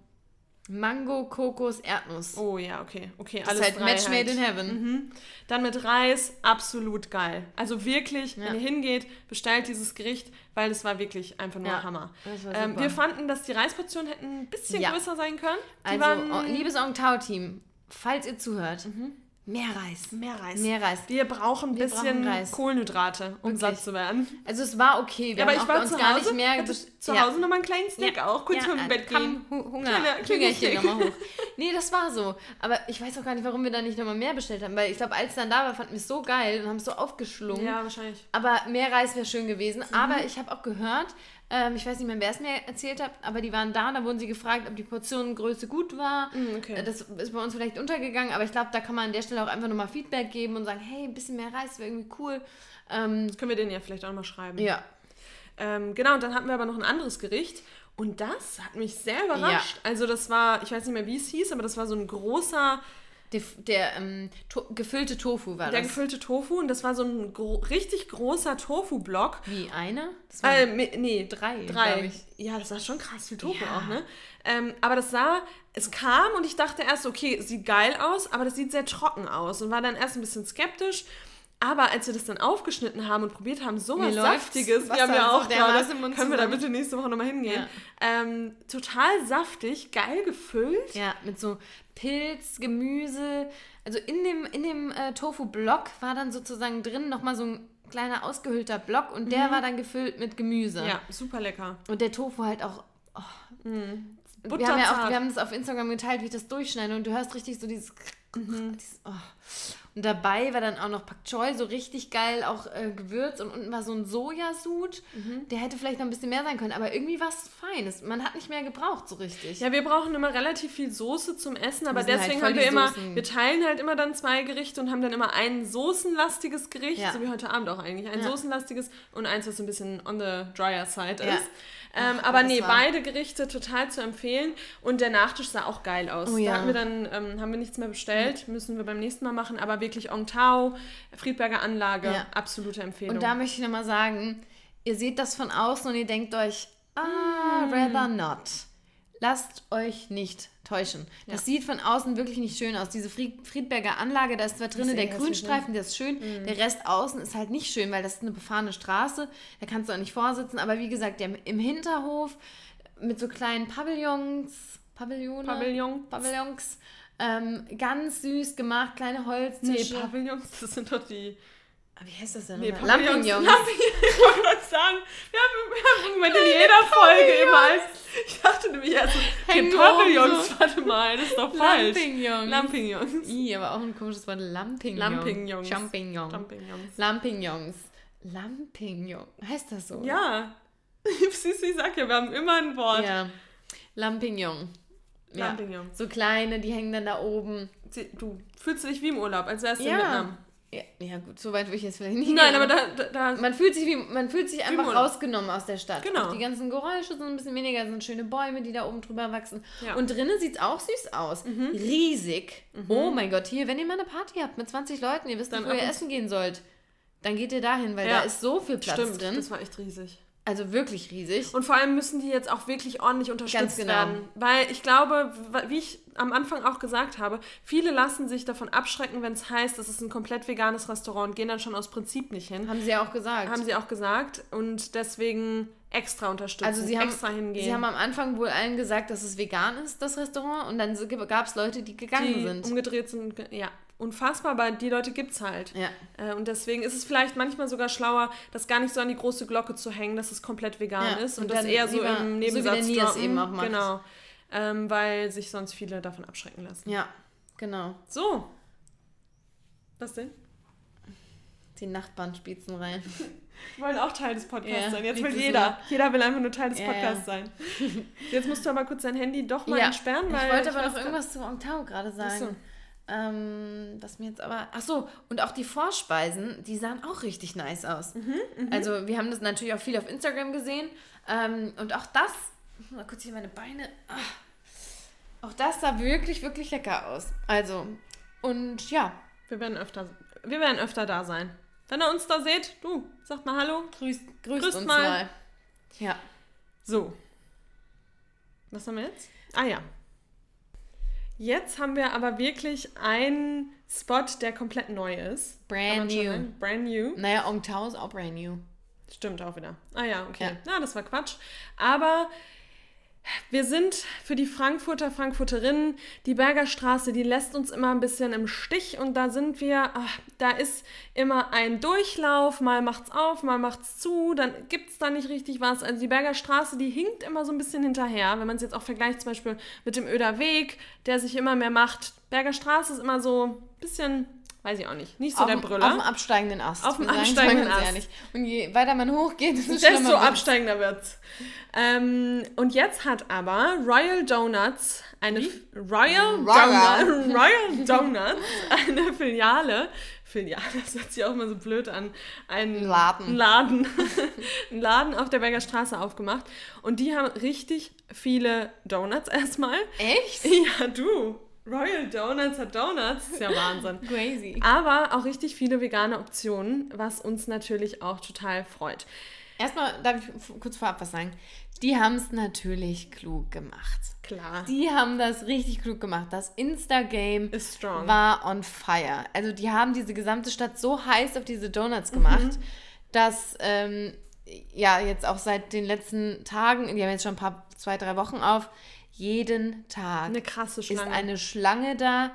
Mango, Kokos, Erdnuss. Oh ja, okay. okay das alles ist halt Match made in heaven. Mhm. Dann mit Reis, absolut geil. Also wirklich, ja. wenn ihr hingeht, bestellt dieses Gericht, weil es war wirklich einfach nur ja, Hammer. Ähm, wir fanden, dass die Reisportionen hätten ein bisschen ja. größer sein können. Die also, waren, liebes Ong-Tao-Team, falls ihr zuhört, mhm. mehr Reis. Mehr Reis. Mehr Reis. Wir brauchen ein wir bisschen brauchen Kohlenhydrate, um wirklich? satt zu werden. Also es war okay. Wir ja, aber haben ich war uns zu gar Hause, nicht mehr... Zu ja. Hause nochmal einen kleinen Snack ja. auch, kurz ja, vor dem Bett gehen. Hunger, Klüngerchen nochmal hoch. Nee, das war so. Aber ich weiß auch gar nicht, warum wir da nicht nochmal mehr bestellt haben, weil ich glaube, als es dann da war, fanden wir es so geil und haben es so aufgeschlungen. Ja, wahrscheinlich. Aber mehr Reis wäre schön gewesen. Mhm. Aber ich habe auch gehört, ähm, ich weiß nicht mehr, wer es mir erzählt hat, aber die waren da und da wurden sie gefragt, ob die Portionengröße gut war. Mhm, okay. Das ist bei uns vielleicht untergegangen, aber ich glaube, da kann man an der Stelle auch einfach nochmal Feedback geben und sagen, hey, ein bisschen mehr Reis wäre irgendwie cool. Ähm, das können wir denen ja vielleicht auch mal schreiben. Ja. Ähm, genau, und dann hatten wir aber noch ein anderes Gericht und das hat mich sehr überrascht. Ja. Also das war, ich weiß nicht mehr, wie es hieß, aber das war so ein großer... Der, der ähm, to- gefüllte Tofu war der das. Der gefüllte Tofu und das war so ein gro- richtig großer Tofu-Block. Wie, einer? Das war äh, nee, drei, drei. Ich. Ja, das war schon krass viel Tofu ja. auch, ne? Ähm, aber das sah, es kam und ich dachte erst, okay, sieht geil aus, aber das sieht sehr trocken aus und war dann erst ein bisschen skeptisch. Aber als wir das dann aufgeschnitten haben und probiert haben, so was Saftiges, wir haben ja auch gerade, können wir da bitte nächste Woche nochmal hingehen, ja. ähm, total saftig, geil gefüllt. Ja, mit so Pilz, Gemüse, also in dem, in dem äh, Tofu-Block war dann sozusagen drin nochmal so ein kleiner ausgehöhlter Block und der mhm. war dann gefüllt mit Gemüse. Ja, super lecker. Und der Tofu halt auch... Oh. Mhm. Wir haben ja auch, wir haben das auf Instagram geteilt, wie ich das durchschneide und du hörst richtig so dieses... Mhm. dieses oh. Und dabei war dann auch noch Pak Choi, so richtig geil, auch äh, Gewürz und unten war so ein Sojasud. Mhm. Der hätte vielleicht noch ein bisschen mehr sein können, aber irgendwie war es fein. Es, man hat nicht mehr gebraucht so richtig. Ja, wir brauchen immer relativ viel Soße zum Essen, aber deswegen halt haben wir immer, Soßen. wir teilen halt immer dann zwei Gerichte und haben dann immer ein soßenlastiges Gericht, ja. so wie heute Abend auch eigentlich, ein ja. soßenlastiges und eins, was so ein bisschen on the drier side ja. ist. Ähm, Ach, aber nee, war... beide Gerichte total zu empfehlen und der Nachtisch sah auch geil aus. Oh, ja. Da haben wir dann ähm, haben wir nichts mehr bestellt, müssen wir beim nächsten Mal machen, aber wirklich Ong-Tao, Friedberger Anlage, ja. absolute Empfehlung. Und da möchte ich nochmal sagen, ihr seht das von außen und ihr denkt euch, ah, mm. rather not. Lasst euch nicht täuschen. Das ja. sieht von außen wirklich nicht schön aus. Diese Fried- Friedberger Anlage, da ist zwar drin der Grünstreifen, der ist schön, mhm. der Rest außen ist halt nicht schön, weil das ist eine befahrene Straße, da kannst du auch nicht vorsitzen, aber wie gesagt, der im Hinterhof mit so kleinen Pavillons, Pavillone, Pavillon. Pavillons, ähm, ganz süß gemacht, kleine Holztische. Nee, Pavillons, das sind doch die... Wie heißt das denn? Nee, Lampignons. Ich wollte gerade sagen, wir haben, wir haben im Moment in jeder Folge immer... Ich dachte nämlich erst so, okay, Pavillons, so. Warte mal, das ist doch falsch. Lampignons. Lampignons. I, aber auch ein komisches Wort, Lampignons. Lampignons. Champignons. Lampignons. Lampignons. Lampignon. Heißt das so? Ja. Siehst du, ich sag ja, wir haben immer ein Wort. Ja. Lampignon. Ja. Lampignon. So kleine, die hängen dann da oben. Du fühlst dich wie im Urlaub, als wärst du ja. in Vietnam. Ja, ja gut, so weit würde ich jetzt vielleicht nicht Nein, gehen. aber da, da, da... Man fühlt sich, wie, man fühlt sich einfach Urlaub. rausgenommen aus der Stadt. Genau. Auch die ganzen Geräusche sind ein bisschen weniger, sind schöne Bäume, die da oben drüber wachsen. Ja. Und drinnen sieht es auch süß aus. Mhm. Riesig. Mhm. Oh mein Gott, hier, wenn ihr mal eine Party habt mit zwanzig Leuten, ihr wisst nicht, wo ihr essen gehen sollt, dann geht ihr dahin, weil ja. da ist so viel Platz Stimmt, drin. Das war echt riesig. Also wirklich riesig. Und vor allem müssen die jetzt auch wirklich ordentlich unterstützt Ganz genau. werden. Weil ich glaube, wie ich am Anfang auch gesagt habe, viele lassen sich davon abschrecken, wenn es heißt, das ist ein komplett veganes Restaurant und gehen dann schon aus Prinzip nicht hin. Haben sie ja auch gesagt. Haben sie auch gesagt und deswegen extra unterstützen, also sie haben, extra hingehen. Sie haben am Anfang wohl allen gesagt, dass es vegan ist, das Restaurant, und dann gab es Leute, die gegangen die sind. umgedreht sind, ja. Unfassbar, aber die Leute gibt's halt. Ja. Äh, und deswegen ist es vielleicht manchmal sogar schlauer, das gar nicht so an die große Glocke zu hängen, dass es komplett vegan ja. ist und, und das eher so lieber, im Nebensatz so wie der Nias eben auch macht. Genau. Ähm, weil sich sonst viele davon abschrecken lassen. Ja, genau. So. Was denn? Die Nachbarn spiezen rein. Die wollen auch Teil des Podcasts ja, sein. Jetzt will jeder. So. Jeder will einfach nur Teil des ja, Podcasts ja. sein. Jetzt musst du aber kurz dein Handy doch mal ja. entsperren. Weil ich wollte ich aber noch irgendwas zu Ong-Tao gerade sagen. Ähm, was mir jetzt aber... Ach so, und auch die Vorspeisen, die sahen auch richtig nice aus. Mhm, mh. Also wir haben das natürlich auch viel auf Instagram gesehen. Ähm, und auch das... Mal kurz hier meine Beine... Ach, auch das sah wirklich, wirklich lecker aus. Also, und ja. Wir werden öfter, wir werden öfter da sein. Wenn ihr uns da seht, du, sagt mal Hallo. Grüßt, grüßt, grüßt uns mal. mal. Ja. So. Was haben wir jetzt? Ah ja. Jetzt haben wir aber wirklich einen Spot, der komplett neu ist. Brand new. Sagen. Brand new. Naja, Ong Tau ist auch brand new. Stimmt auch wieder. Ah ja, okay. Ja. Na, das war Quatsch. Aber wir sind für die Frankfurter, Frankfurterinnen, die Bergerstraße, die lässt uns immer ein bisschen im Stich und da sind wir, ach, da ist immer ein Durchlauf, mal macht's auf, mal macht's zu, dann gibt's da nicht richtig was. Also die Bergerstraße, die hinkt immer so ein bisschen hinterher, wenn man es jetzt auch vergleicht zum Beispiel mit dem Öder Weg, der sich immer mehr macht. Bergerstraße ist immer so ein bisschen... Weiß ich auch nicht. Nicht so auf der dem, Brüller. Auf dem absteigenden Ast. Auf dem Wir sagen's absteigenden mal ganz Ast. Ehrlich. Und je weiter man hochgeht, desto Desto schlimmer wird's. absteigender wird's. Ähm, und jetzt hat aber Royal Donuts eine F- Royal, Royal. Donut, Royal Donuts eine Filiale. Filiale, das hört sich auch immer so blöd an. Ein Laden. Ein Laden. Ein Laden auf der Berger Straße aufgemacht. Und die haben richtig viele Donuts erstmal. Echt? Ja, du. Royal Donuts hat Donuts. Das ist ja Wahnsinn. Crazy. Aber auch richtig viele vegane Optionen, was uns natürlich auch total freut. Erstmal darf ich f- kurz vorab was sagen. Die haben es natürlich klug gemacht. Klar. Die haben das richtig klug gemacht. Das Insta-Game Ist strong. war on fire. Also die haben diese gesamte Stadt so heiß auf diese Donuts gemacht, Mhm. dass ähm, ja jetzt auch seit den letzten Tagen, die haben jetzt schon ein paar, zwei, drei Wochen auf, jeden Tag Eine krasse Schlange. ist eine Schlange da.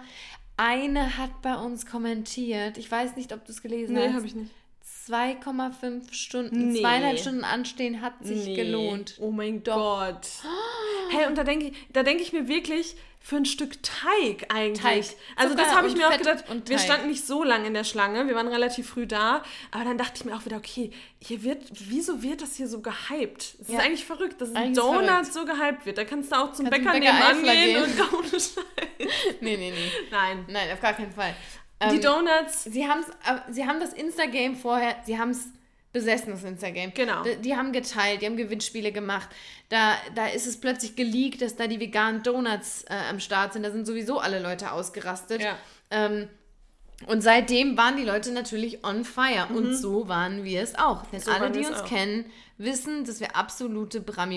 Eine hat bei uns kommentiert, ich weiß nicht, ob du es gelesen Nee, hast. habe ich nicht. zwei Komma fünf Stunden, Nee. zweieinhalb Stunden anstehen hat sich Nee. gelohnt. Oh mein Doch. Gott. Hey, und da denke ich, da denke ich mir wirklich, für ein Stück Teig eigentlich. Teig. Also Zucker das habe ich und mir auch Fett gedacht. und Wir Teig. standen nicht so lange in der Schlange, wir waren relativ früh da, aber dann dachte ich mir auch wieder, okay, hier wird, wieso wird das hier so gehypt? Es Ja. ist eigentlich verrückt, dass ein Eigentlich ist Donut verrückt. so gehypt wird. Da kannst du auch zum Kannst Bäcker zum Bäcker nebenan Eifler gehen gehen. und ohne Scheiß. Nee, nee, nee. Nein. Nein, auf gar keinen Fall. Die Ähm, Donuts, Sie, haben's, äh, sie haben das Insta-Game vorher, sie haben es besessen, das Insta-Game. Genau. Die, die haben geteilt, die haben Gewinnspiele gemacht. Da, da ist es plötzlich geleakt, dass da die veganen Donuts äh, am Start sind. Da sind sowieso alle Leute ausgerastet. Ja. Ähm, und seitdem waren die Leute natürlich on fire. Und so waren wir es auch. Denn So alle, waren die wir es uns auch. kennen, wissen, dass wir absolute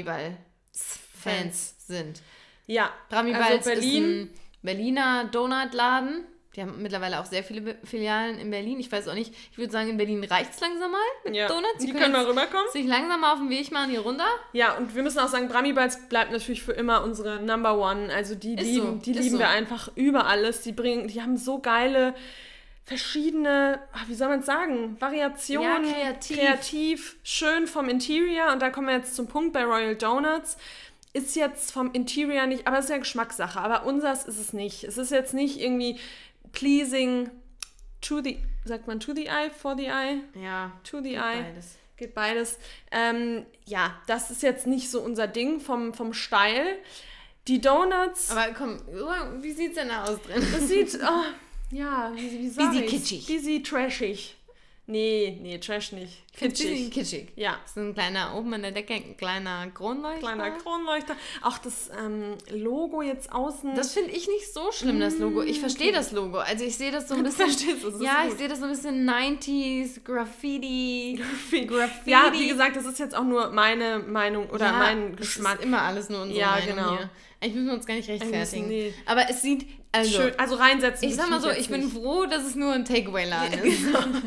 Bramiball-Fans sind. ja. Bramiballs also ist Berlin. ein Berliner Donutladen. Die haben mittlerweile auch sehr viele Be- Filialen in Berlin. Ich weiß auch nicht, ich würde sagen, in Berlin reicht es langsam mal mit Ja. Donuts. Die können mal jetzt rüberkommen. sich langsam mal auf den Weg machen hier runter. Ja, und wir müssen auch sagen, Bramiballs bleibt natürlich für immer unsere Number One. Also die Ist lieben, so, die ist lieben so. wir einfach über alles. Die bringen, die haben so geile verschiedene, ach, wie soll man es sagen, Variationen, Ja, kreativ. kreativ, schön vom Interior. Und da kommen wir jetzt zum Punkt bei Royal Donuts. Ist jetzt vom Interior nicht, aber es ist ja Geschmackssache. Aber unseres ist es nicht. Es ist jetzt nicht irgendwie pleasing to the, sagt man to the eye, for the eye, Ja, to the geht eye. beides. Geht beides. Ähm, ja, das ist jetzt nicht so unser Ding vom, vom Style. Die Donuts, Aber komm, wie sieht's denn da aus drin? das sieht, oh, ja, wie, wie sag Busy ich's? kitschig. Busy trashig. Nee, nee, trash nicht. Ich find's ein bisschen Kitschig. kitschig. Ja, Das ist ein kleiner, oben an der Decke ein kleiner Kronleuchter. kleiner Kronleuchter. Auch das ähm, Logo jetzt außen. Das finde ich nicht so schlimm, das Logo. Ich verstehe das Logo. Also ich sehe das so ein Du bisschen... verstehst es, das ist ja, ich gut. sehe das so ein bisschen neunziger Graffiti. Graffiti. Ja, wie gesagt, das ist jetzt auch nur meine Meinung oder Ja, mein das Geschmack. ist immer alles nur unsere Ja, Meinung genau. hier. Eigentlich müssen wir uns gar nicht rechtfertigen. Eigentlich müssen- nee. Aber es sieht... Also, Schön, also reinsetzen. ich sag mal muss so, jetzt ich bin nicht. froh, dass es nur ein Takeaway-Laden ist.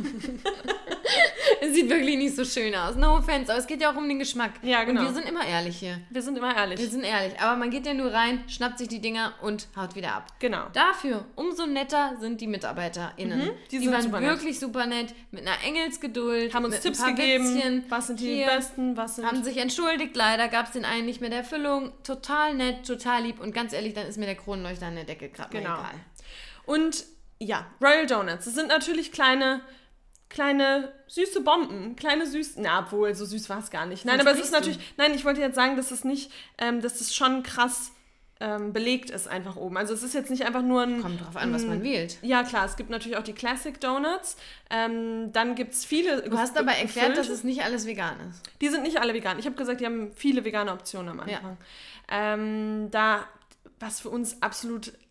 Es sieht wirklich nicht so schön aus. No offense, aber es geht ja auch um den Geschmack. Ja, genau. Und wir sind immer ehrlich hier. Wir sind immer ehrlich. Wir sind ehrlich. Aber man geht ja nur rein, schnappt sich die Dinger und haut wieder ab. Genau. Dafür, umso netter sind die MitarbeiterInnen. Mhm, die die sind waren super nett. wirklich super nett, mit einer Engelsgeduld, Haben uns mit Tipps ein paar gegeben, Witzchen. was sind die Hier, besten, was sind... haben sich entschuldigt, leider gab es den einen nicht mit der Füllung. Total nett, total lieb und ganz ehrlich, dann ist mir der Kronleuchter an der Decke gerade Genau. mal egal. Und ja, Royal Donuts, das sind natürlich kleine, kleine süße Bomben, kleine süß, na, obwohl, so süß war es gar nicht. Nein, Was aber es ist sprichst du? natürlich, nein, ich wollte jetzt sagen, dass es nicht, ähm, dass es schon krass ähm, belegt ist einfach oben. Also es ist jetzt nicht einfach nur ein... Kommt drauf an, was man wählt. Ja, klar, es gibt natürlich auch die Classic Donuts. Ähm, dann gibt es viele... Du hast aber erklärt, dass gefüllte. es nicht alles vegan ist. Die sind nicht alle vegan. Ich habe gesagt, die haben viele vegane Optionen am Anfang. Ähm, da, was für uns absolut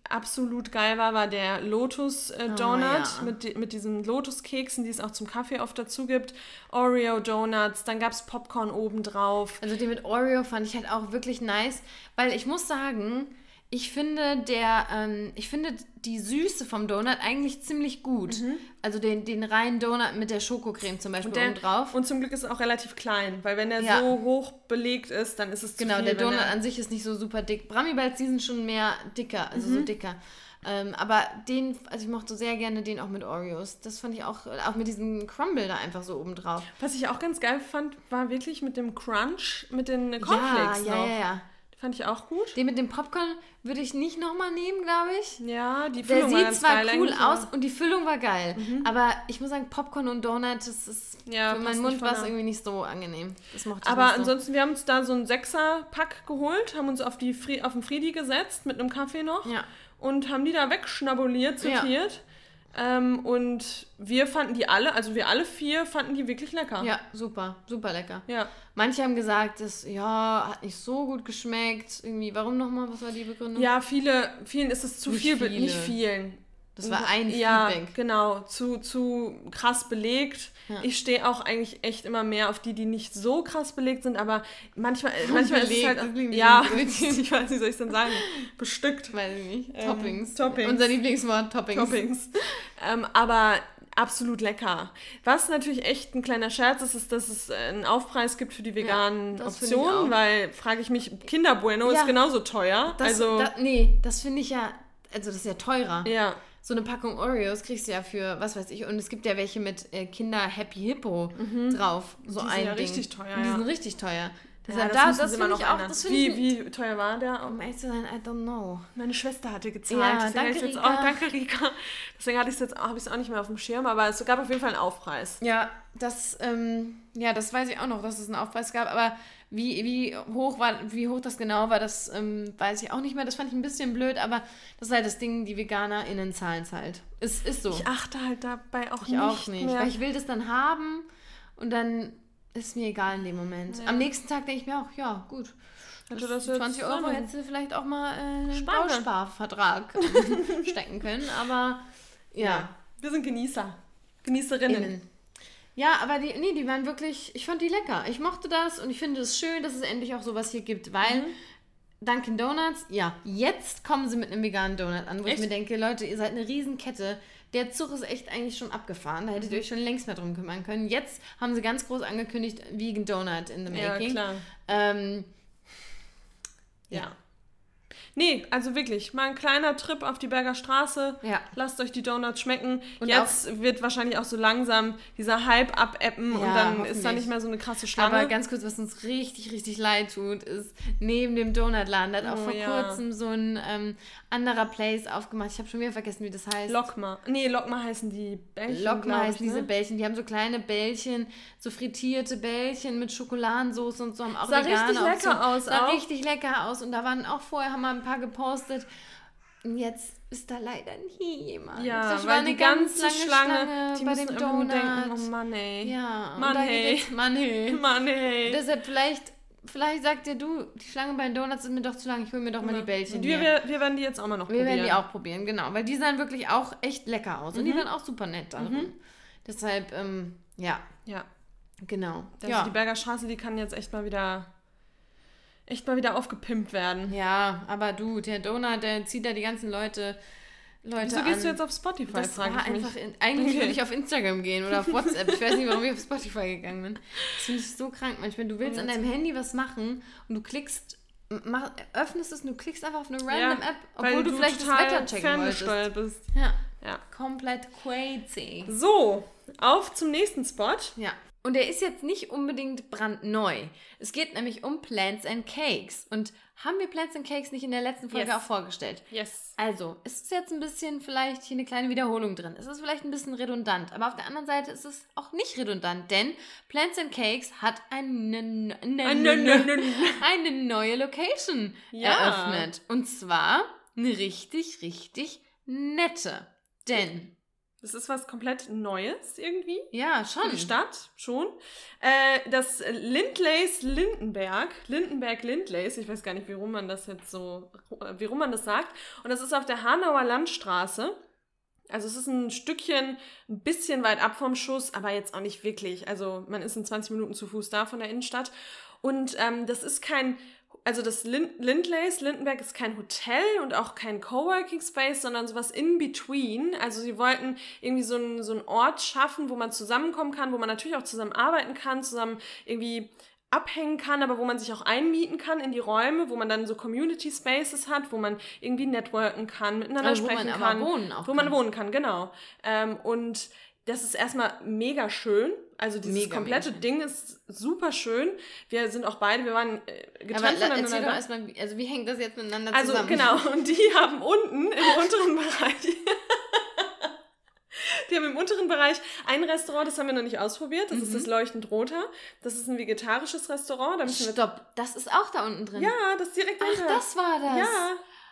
absolut geil war, war der Lotus äh, Donut oh, ja. mit, mit diesen Lotuskeksen, die es auch zum Kaffee oft dazu gibt. Oreo Donuts, dann gab es Popcorn obendrauf. Also den mit Oreo fand ich halt auch wirklich nice, weil ich muss sagen, ich finde der, ähm, ich finde die Süße vom Donut eigentlich ziemlich gut. Mhm. Also den, den reinen Donut mit der Schokocreme zum Beispiel oben drauf. Und zum Glück ist es auch relativ klein, weil wenn der ja. so hoch belegt ist, dann ist es zu genau, viel. Genau, der Donut an sich ist nicht so super dick. Brahmi-Bites, die sind schon mehr dicker, also mhm. so dicker. Ähm, aber den, also ich mochte sehr gerne den auch mit Oreos. Das fand ich auch, auch mit diesem Crumble da einfach so oben drauf. Was ich auch ganz geil fand, war wirklich mit dem Crunch, mit den Cornflakes ja, noch. Ja, ja, ja. Fand ich auch gut. Den mit dem Popcorn würde ich nicht nochmal nehmen, glaube ich. Ja, die Füllung Der war ganz geil. Der sieht zwar cool aus und die Füllung war geil, mhm. aber ich muss sagen, Popcorn und Donut, das ist ja, für meinen Mund war es irgendwie nicht so angenehm. Das mochte ich aber nicht so. Ansonsten, wir haben uns da so einen Sechser-Pack geholt, haben uns auf, die Fri- auf den Friedi gesetzt mit einem Kaffee noch ja. und haben die da wegschnabuliert, sortiert. Ja. Ähm, und wir fanden die alle, also wir alle vier fanden die wirklich lecker. Ja, super, super lecker. Ja. Manche haben gesagt, das ja, hat nicht so gut geschmeckt. Irgendwie, warum nochmal? Was war die Begründung? Ja, viele, vielen ist es zu nicht viel, viele. nicht vielen. Das war ein ja, Feedback. Genau, zu, zu krass belegt. Ja. Ich stehe auch eigentlich echt immer mehr auf die, die nicht so krass belegt sind, aber manchmal, manchmal belegt, ist es halt, ja, ich weiß nicht, wie soll ich es denn sagen, bestückt. Weiß ich nicht. Ähm, Toppings. Toppings. Unser Lieblingswort, Toppings. Toppings. ähm, aber absolut lecker. Was natürlich echt ein kleiner Scherz ist, ist, dass es einen Aufpreis gibt für die veganen ja, Optionen, weil, frage ich mich, Kinder Bueno ja, ist genauso teuer. Das, also da, nee, das finde ich ja, also das ist ja teurer. Ja. So eine Packung Oreos kriegst du ja für, was weiß ich, und es gibt ja welche mit äh, Kinder Happy Hippo mhm. drauf. So die ein sind ja Ding. richtig teuer. Und die ja. sind richtig teuer. Deshalb ja, das, das finde ich auch. Das wie, ich, wie teuer war der? Um ehrlich zu sein, I don't know. Meine Schwester hatte gezahlt. Ja, Deswegen danke, jetzt Rika. Auch, danke, Rika. Deswegen hatte ich es jetzt auch, habe ich es auch nicht mehr auf dem Schirm, aber es gab auf jeden Fall einen Aufpreis. Ja, das, ähm, ja, das weiß ich auch noch, dass es einen Aufpreis gab, aber wie, wie hoch war, wie hoch das genau war, das ähm, weiß ich auch nicht mehr. Das fand ich ein bisschen blöd, aber das ist halt das Ding, die VeganerInnen zahlen es halt. Es ist so. Ich achte halt dabei auch ich nicht auch nicht, mehr. Weil ich will das dann haben und dann ist mir egal in dem Moment. Ja. Am nächsten Tag denke ich mir auch, ja, gut. Hätte das zwanzig jetzt Euro hättest du vielleicht auch mal äh, einen Bausparvertrag stecken können, aber ja. ja. Wir sind Genießer. Genießerinnen. Innen. Ja, aber die, nee, die waren wirklich, ich fand die lecker. Ich mochte das und ich finde es schön, dass es endlich auch sowas hier gibt, weil mhm. Dunkin' Donuts, ja, jetzt kommen sie mit einem veganen Donut an, wo echt? Ich mir denke, Leute, ihr seid eine Riesenkette. Der Zug ist echt eigentlich schon abgefahren. Da hättet ihr euch schon längst mehr drum kümmern können. Jetzt haben sie ganz groß angekündigt, Vegan Donut in the making. Ja, klar. Ähm, ja. ja. Nee, also wirklich, mal ein kleiner Trip auf die Berger Straße. Ja. Lasst euch die Donuts schmecken. Und jetzt wird wahrscheinlich auch so langsam dieser Hype abebben ja, und dann ist da nicht mehr so eine krasse Schlange. Aber ganz kurz, was uns richtig, richtig leid tut, ist, neben dem Donutladen, da hat auch oh, vor ja. kurzem so ein ähm, anderer Place aufgemacht. Ich habe schon wieder vergessen, wie das heißt. Lokma. Nee, Lokma heißen die Bällchen, Lokma heißen ich, diese ne? Bällchen. Die haben so kleine Bällchen, so frittierte Bällchen mit Schokoladensauce und so. Haben auch sah richtig lecker so, aus. Sah auch. richtig lecker aus. Und da waren auch vorher, haben wir ein paar gepostet. Und jetzt ist da leider nie jemand. Ja, das weil war eine die ganz ganze lange Schlange, Schlange die bei müssen dem immer Donut. nur denken, oh Mann, ey. Ja, Mann, hey. Mann, hey. Mann, hey. Deshalb vielleicht, vielleicht sagt dir du, die Schlange bei den Donuts sind mir doch zu lang, ich hole mir doch mal ja. die Bällchen wir, wir, wir werden die jetzt auch mal noch wir probieren. Wir werden die auch probieren, genau. Weil die sahen wirklich auch echt lecker aus. Und mhm. die waren auch super nett da drin. Mhm. Deshalb, ähm, ja. Ja. Genau. Also ja. die Berger Straße, die kann jetzt echt mal wieder... echt mal wieder aufgepimpt werden. Ja, aber du, der Donut, der zieht da die ganzen Leute, Leute Wieso an. gehst du jetzt auf Spotify, das frage war ich mich. einfach in, eigentlich okay. würde ich auf Instagram gehen oder auf WhatsApp. Ich weiß nicht, warum ich auf Spotify gegangen bin. Das finde ich so krank manchmal. Du willst an deinem Handy was machen und du klickst, mach, öffnest es und du klickst einfach auf eine random ja, App, obwohl du, du vielleicht das Wetter checken wolltest. Bist. Ja. ja, komplett crazy. So, auf zum nächsten Spot. Ja. Und der ist jetzt nicht unbedingt brandneu. Es geht nämlich um Plants and Cakes. Und haben wir Plants and Cakes nicht in der letzten Folge yes. auch vorgestellt? Yes. Also, es ist jetzt ein bisschen vielleicht hier eine kleine Wiederholung drin. Es ist vielleicht ein bisschen redundant. Aber auf der anderen Seite ist es auch nicht redundant. Denn Plants and Cakes hat eine, eine, eine, eine neue Location ja. eröffnet. Und zwar eine richtig, richtig nette. Denn Das ist was komplett Neues irgendwie. Ja, schon. Für die Stadt, schon. Äh, das Lindleys Lindenberg, Lindenberg Lindleys, ich weiß gar nicht, warum man das jetzt so, warum man das sagt. Und das ist auf der Hanauer Landstraße. Also es ist ein Stückchen, ein bisschen weit ab vom Schuss, aber jetzt auch nicht wirklich. Also man ist in zwanzig Minuten zu Fuß da von der Innenstadt. Und ähm, das ist kein... Also das Lind- Lindleys, Lindenberg ist kein Hotel und auch kein Coworking Space, sondern sowas in between. Also sie wollten irgendwie so einen, so einen Ort schaffen, wo man zusammenkommen kann, wo man natürlich auch zusammen arbeiten kann, zusammen irgendwie abhängen kann, aber wo man sich auch einmieten kann in die Räume, wo man dann so Community Spaces hat, wo man irgendwie networken kann, miteinander also, sprechen wo man kann. Aber wohnen auch wo man kann. wohnen kann, genau. Ähm, und das ist erstmal mega schön. Also dieses mega, komplette mega Ding ist super schön. Wir sind auch beide, wir waren äh, getrennt aber voneinander. Erzähl doch erstmal, also wie hängt das jetzt miteinander also, zusammen? Also genau, und die haben unten im unteren Bereich, die haben im unteren Bereich ein Restaurant, das haben wir noch nicht ausprobiert, das mhm. ist das Leuchtend Roter. Das ist ein vegetarisches Restaurant. Da Stopp, wir das ist auch da unten drin? Ja, das ist direkt dahinter. Ach, das war das? Ja.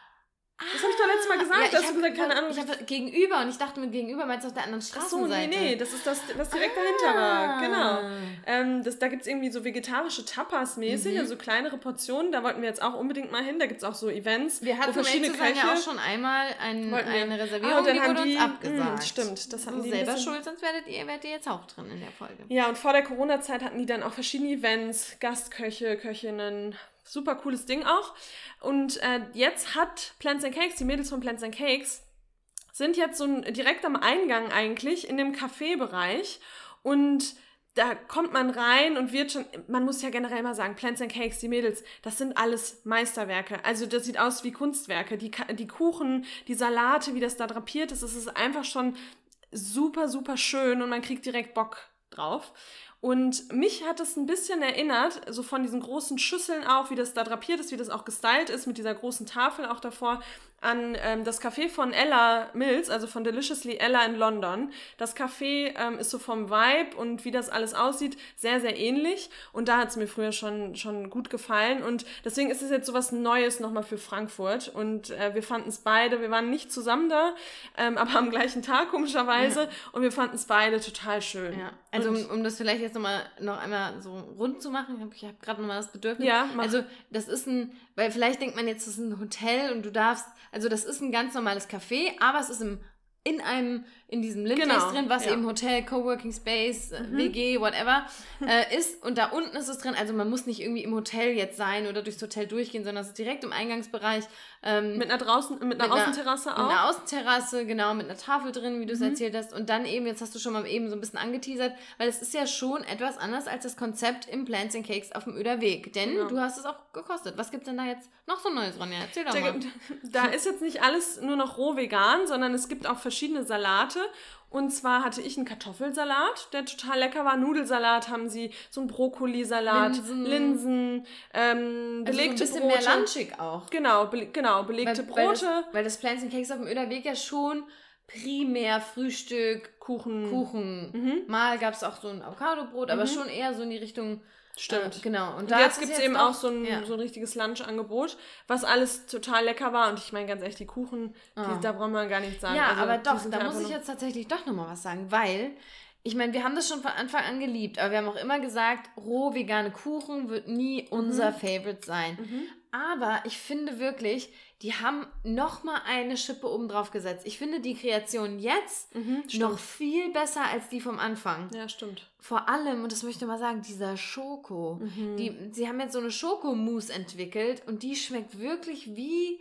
Das habe ich doch letztes Mal gesagt, ja, dass du gesagt, keine Ahnung. Ich habe gegenüber und ich dachte mit gegenüber meinst du auf der anderen Straßenseite. Ach so, nee, nee, das ist das, was direkt ah. dahinter war, genau. Ähm, das, da gibt es irgendwie so vegetarische Tapas-mäßig, mhm. also kleinere Portionen, da wollten wir jetzt auch unbedingt mal hin, da gibt es auch so Events. Wir hatten verschiedene Köche. Ja auch schon einmal ein, eine Reservierung, ah, und dann die haben wurde die, uns abgesagt. Mh, stimmt, das hatten so die selber schuld, sonst werdet ihr, werdet ihr jetzt auch drin in der Folge. Ja, und vor der Corona-Zeit hatten die dann auch verschiedene Events, Gastköche, Köchinnen. Super cooles Ding auch. Und äh, jetzt hat Plants and Cakes, die Mädels von Plants and Cakes, sind jetzt so ein, direkt am Eingang eigentlich in dem Café-Bereich. Und da kommt man rein und wird schon, man muss ja generell mal sagen, Plants and Cakes, die Mädels, das sind alles Meisterwerke. Also das sieht aus wie Kunstwerke. Die, die Kuchen, die Salate, wie das da drapiert ist, das ist einfach schon super, super schön und man kriegt direkt Bock drauf. Und mich hat es ein bisschen erinnert, so von diesen großen Schüsseln auch, wie das da drapiert ist, wie das auch gestylt ist, mit dieser großen Tafel auch davor, an ähm, das Café von Ella Mills, also von Deliciously Ella in London. Das Café ähm, ist so vom Vibe und wie das alles aussieht, sehr, sehr ähnlich. Und da hat es mir früher schon, schon gut gefallen. Und deswegen ist es jetzt so was Neues nochmal für Frankfurt. Und äh, wir fanden es beide, wir waren nicht zusammen da, ähm, aber am gleichen Tag komischerweise. Ja. Und wir fanden es beide total schön. Ja. Also um, um das vielleicht jetzt nochmal noch einmal so rund zu machen, ich habe ich hab gerade nochmal das Bedürfnis. Ja, mach. Also das ist ein, weil vielleicht denkt man jetzt, das ist ein Hotel und du darfst, also das ist ein ganz normales Café, aber es ist im, in einem, in diesem Lindleys genau, drin, was ja. eben Hotel, Coworking Space, mhm. W G, whatever äh, ist. Und da unten ist es drin, also man muss nicht irgendwie im Hotel jetzt sein oder durchs Hotel durchgehen, sondern es ist direkt im Eingangsbereich. Ähm, mit einer draußen, mit einer mit Außenterrasse einer, auch? Mit einer Außenterrasse, genau, mit einer Tafel drin, wie du es mhm. erzählt hast. Und dann eben, jetzt hast du schon mal eben so ein bisschen angeteasert, weil es ist ja schon etwas anders als das Konzept im Plants and Cakes auf dem Öder Weg. Denn genau. du hast es auch gekostet. Was gibt denn da jetzt noch so Neues, Ronja? Erzähl doch da, mal. Da ist jetzt nicht alles nur noch roh vegan, sondern es gibt auch verschiedene Salate. Und zwar hatte ich einen Kartoffelsalat, der total lecker war. Nudelsalat haben sie, so einen Brokkolisalat, Linsen, Linsen ähm, belegte also so ein bisschen Brote. Mehr lunchig auch. Genau, be- genau belegte weil, Brote. Weil das, weil das Plants and Cakes auf dem Öder Weg ja schon primär Frühstück, Kuchen. Kuchen. Mhm. Mal gab es auch so ein Avocado-Brot, mhm. aber schon eher so in die Richtung... Stimmt. Äh, genau. Und, und da jetzt gibt es eben auch, auch so ein, ja. so ein richtiges Lunchangebot, was alles total lecker war. Und ich meine ganz ehrlich, die Kuchen, oh. die, da braucht man gar nichts sagen. Ja, also, aber doch, da muss ich jetzt tatsächlich doch nochmal was sagen, weil, ich meine, wir haben das schon von Anfang an geliebt, aber wir haben auch immer gesagt, roh vegane Kuchen wird nie unser mhm. Favorite sein. Mhm. Aber ich finde wirklich, die haben nochmal eine Schippe oben drauf gesetzt. Ich finde die Kreation jetzt mhm, noch viel besser als die vom Anfang. Ja, stimmt. Vor allem, und das möchte ich mal sagen, dieser Schoko. Mhm. Die, sie haben jetzt so eine Schokomousse entwickelt und die schmeckt wirklich wie...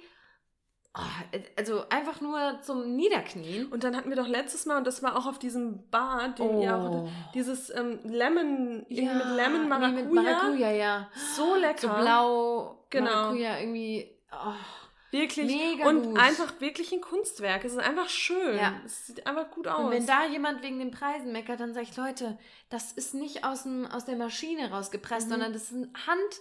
Oh, also einfach nur zum Niederknien. Und dann hatten wir doch letztes Mal, und das war auch auf diesem Bar, den oh. ihr auch hattet, dieses ähm, Lemon, irgendwie ja, mit Lemon Maracuja. Nee, mit Maracuja, ja. So lecker. So blau, genau. Maracuja irgendwie, oh, wirklich. Mega und gut. einfach wirklich ein Kunstwerk. Es ist einfach schön. Ja. Es sieht einfach gut aus. Und wenn da jemand wegen den Preisen meckert, dann sage ich, Leute, das ist nicht aus, dem, aus der Maschine rausgepresst, mhm. sondern das sind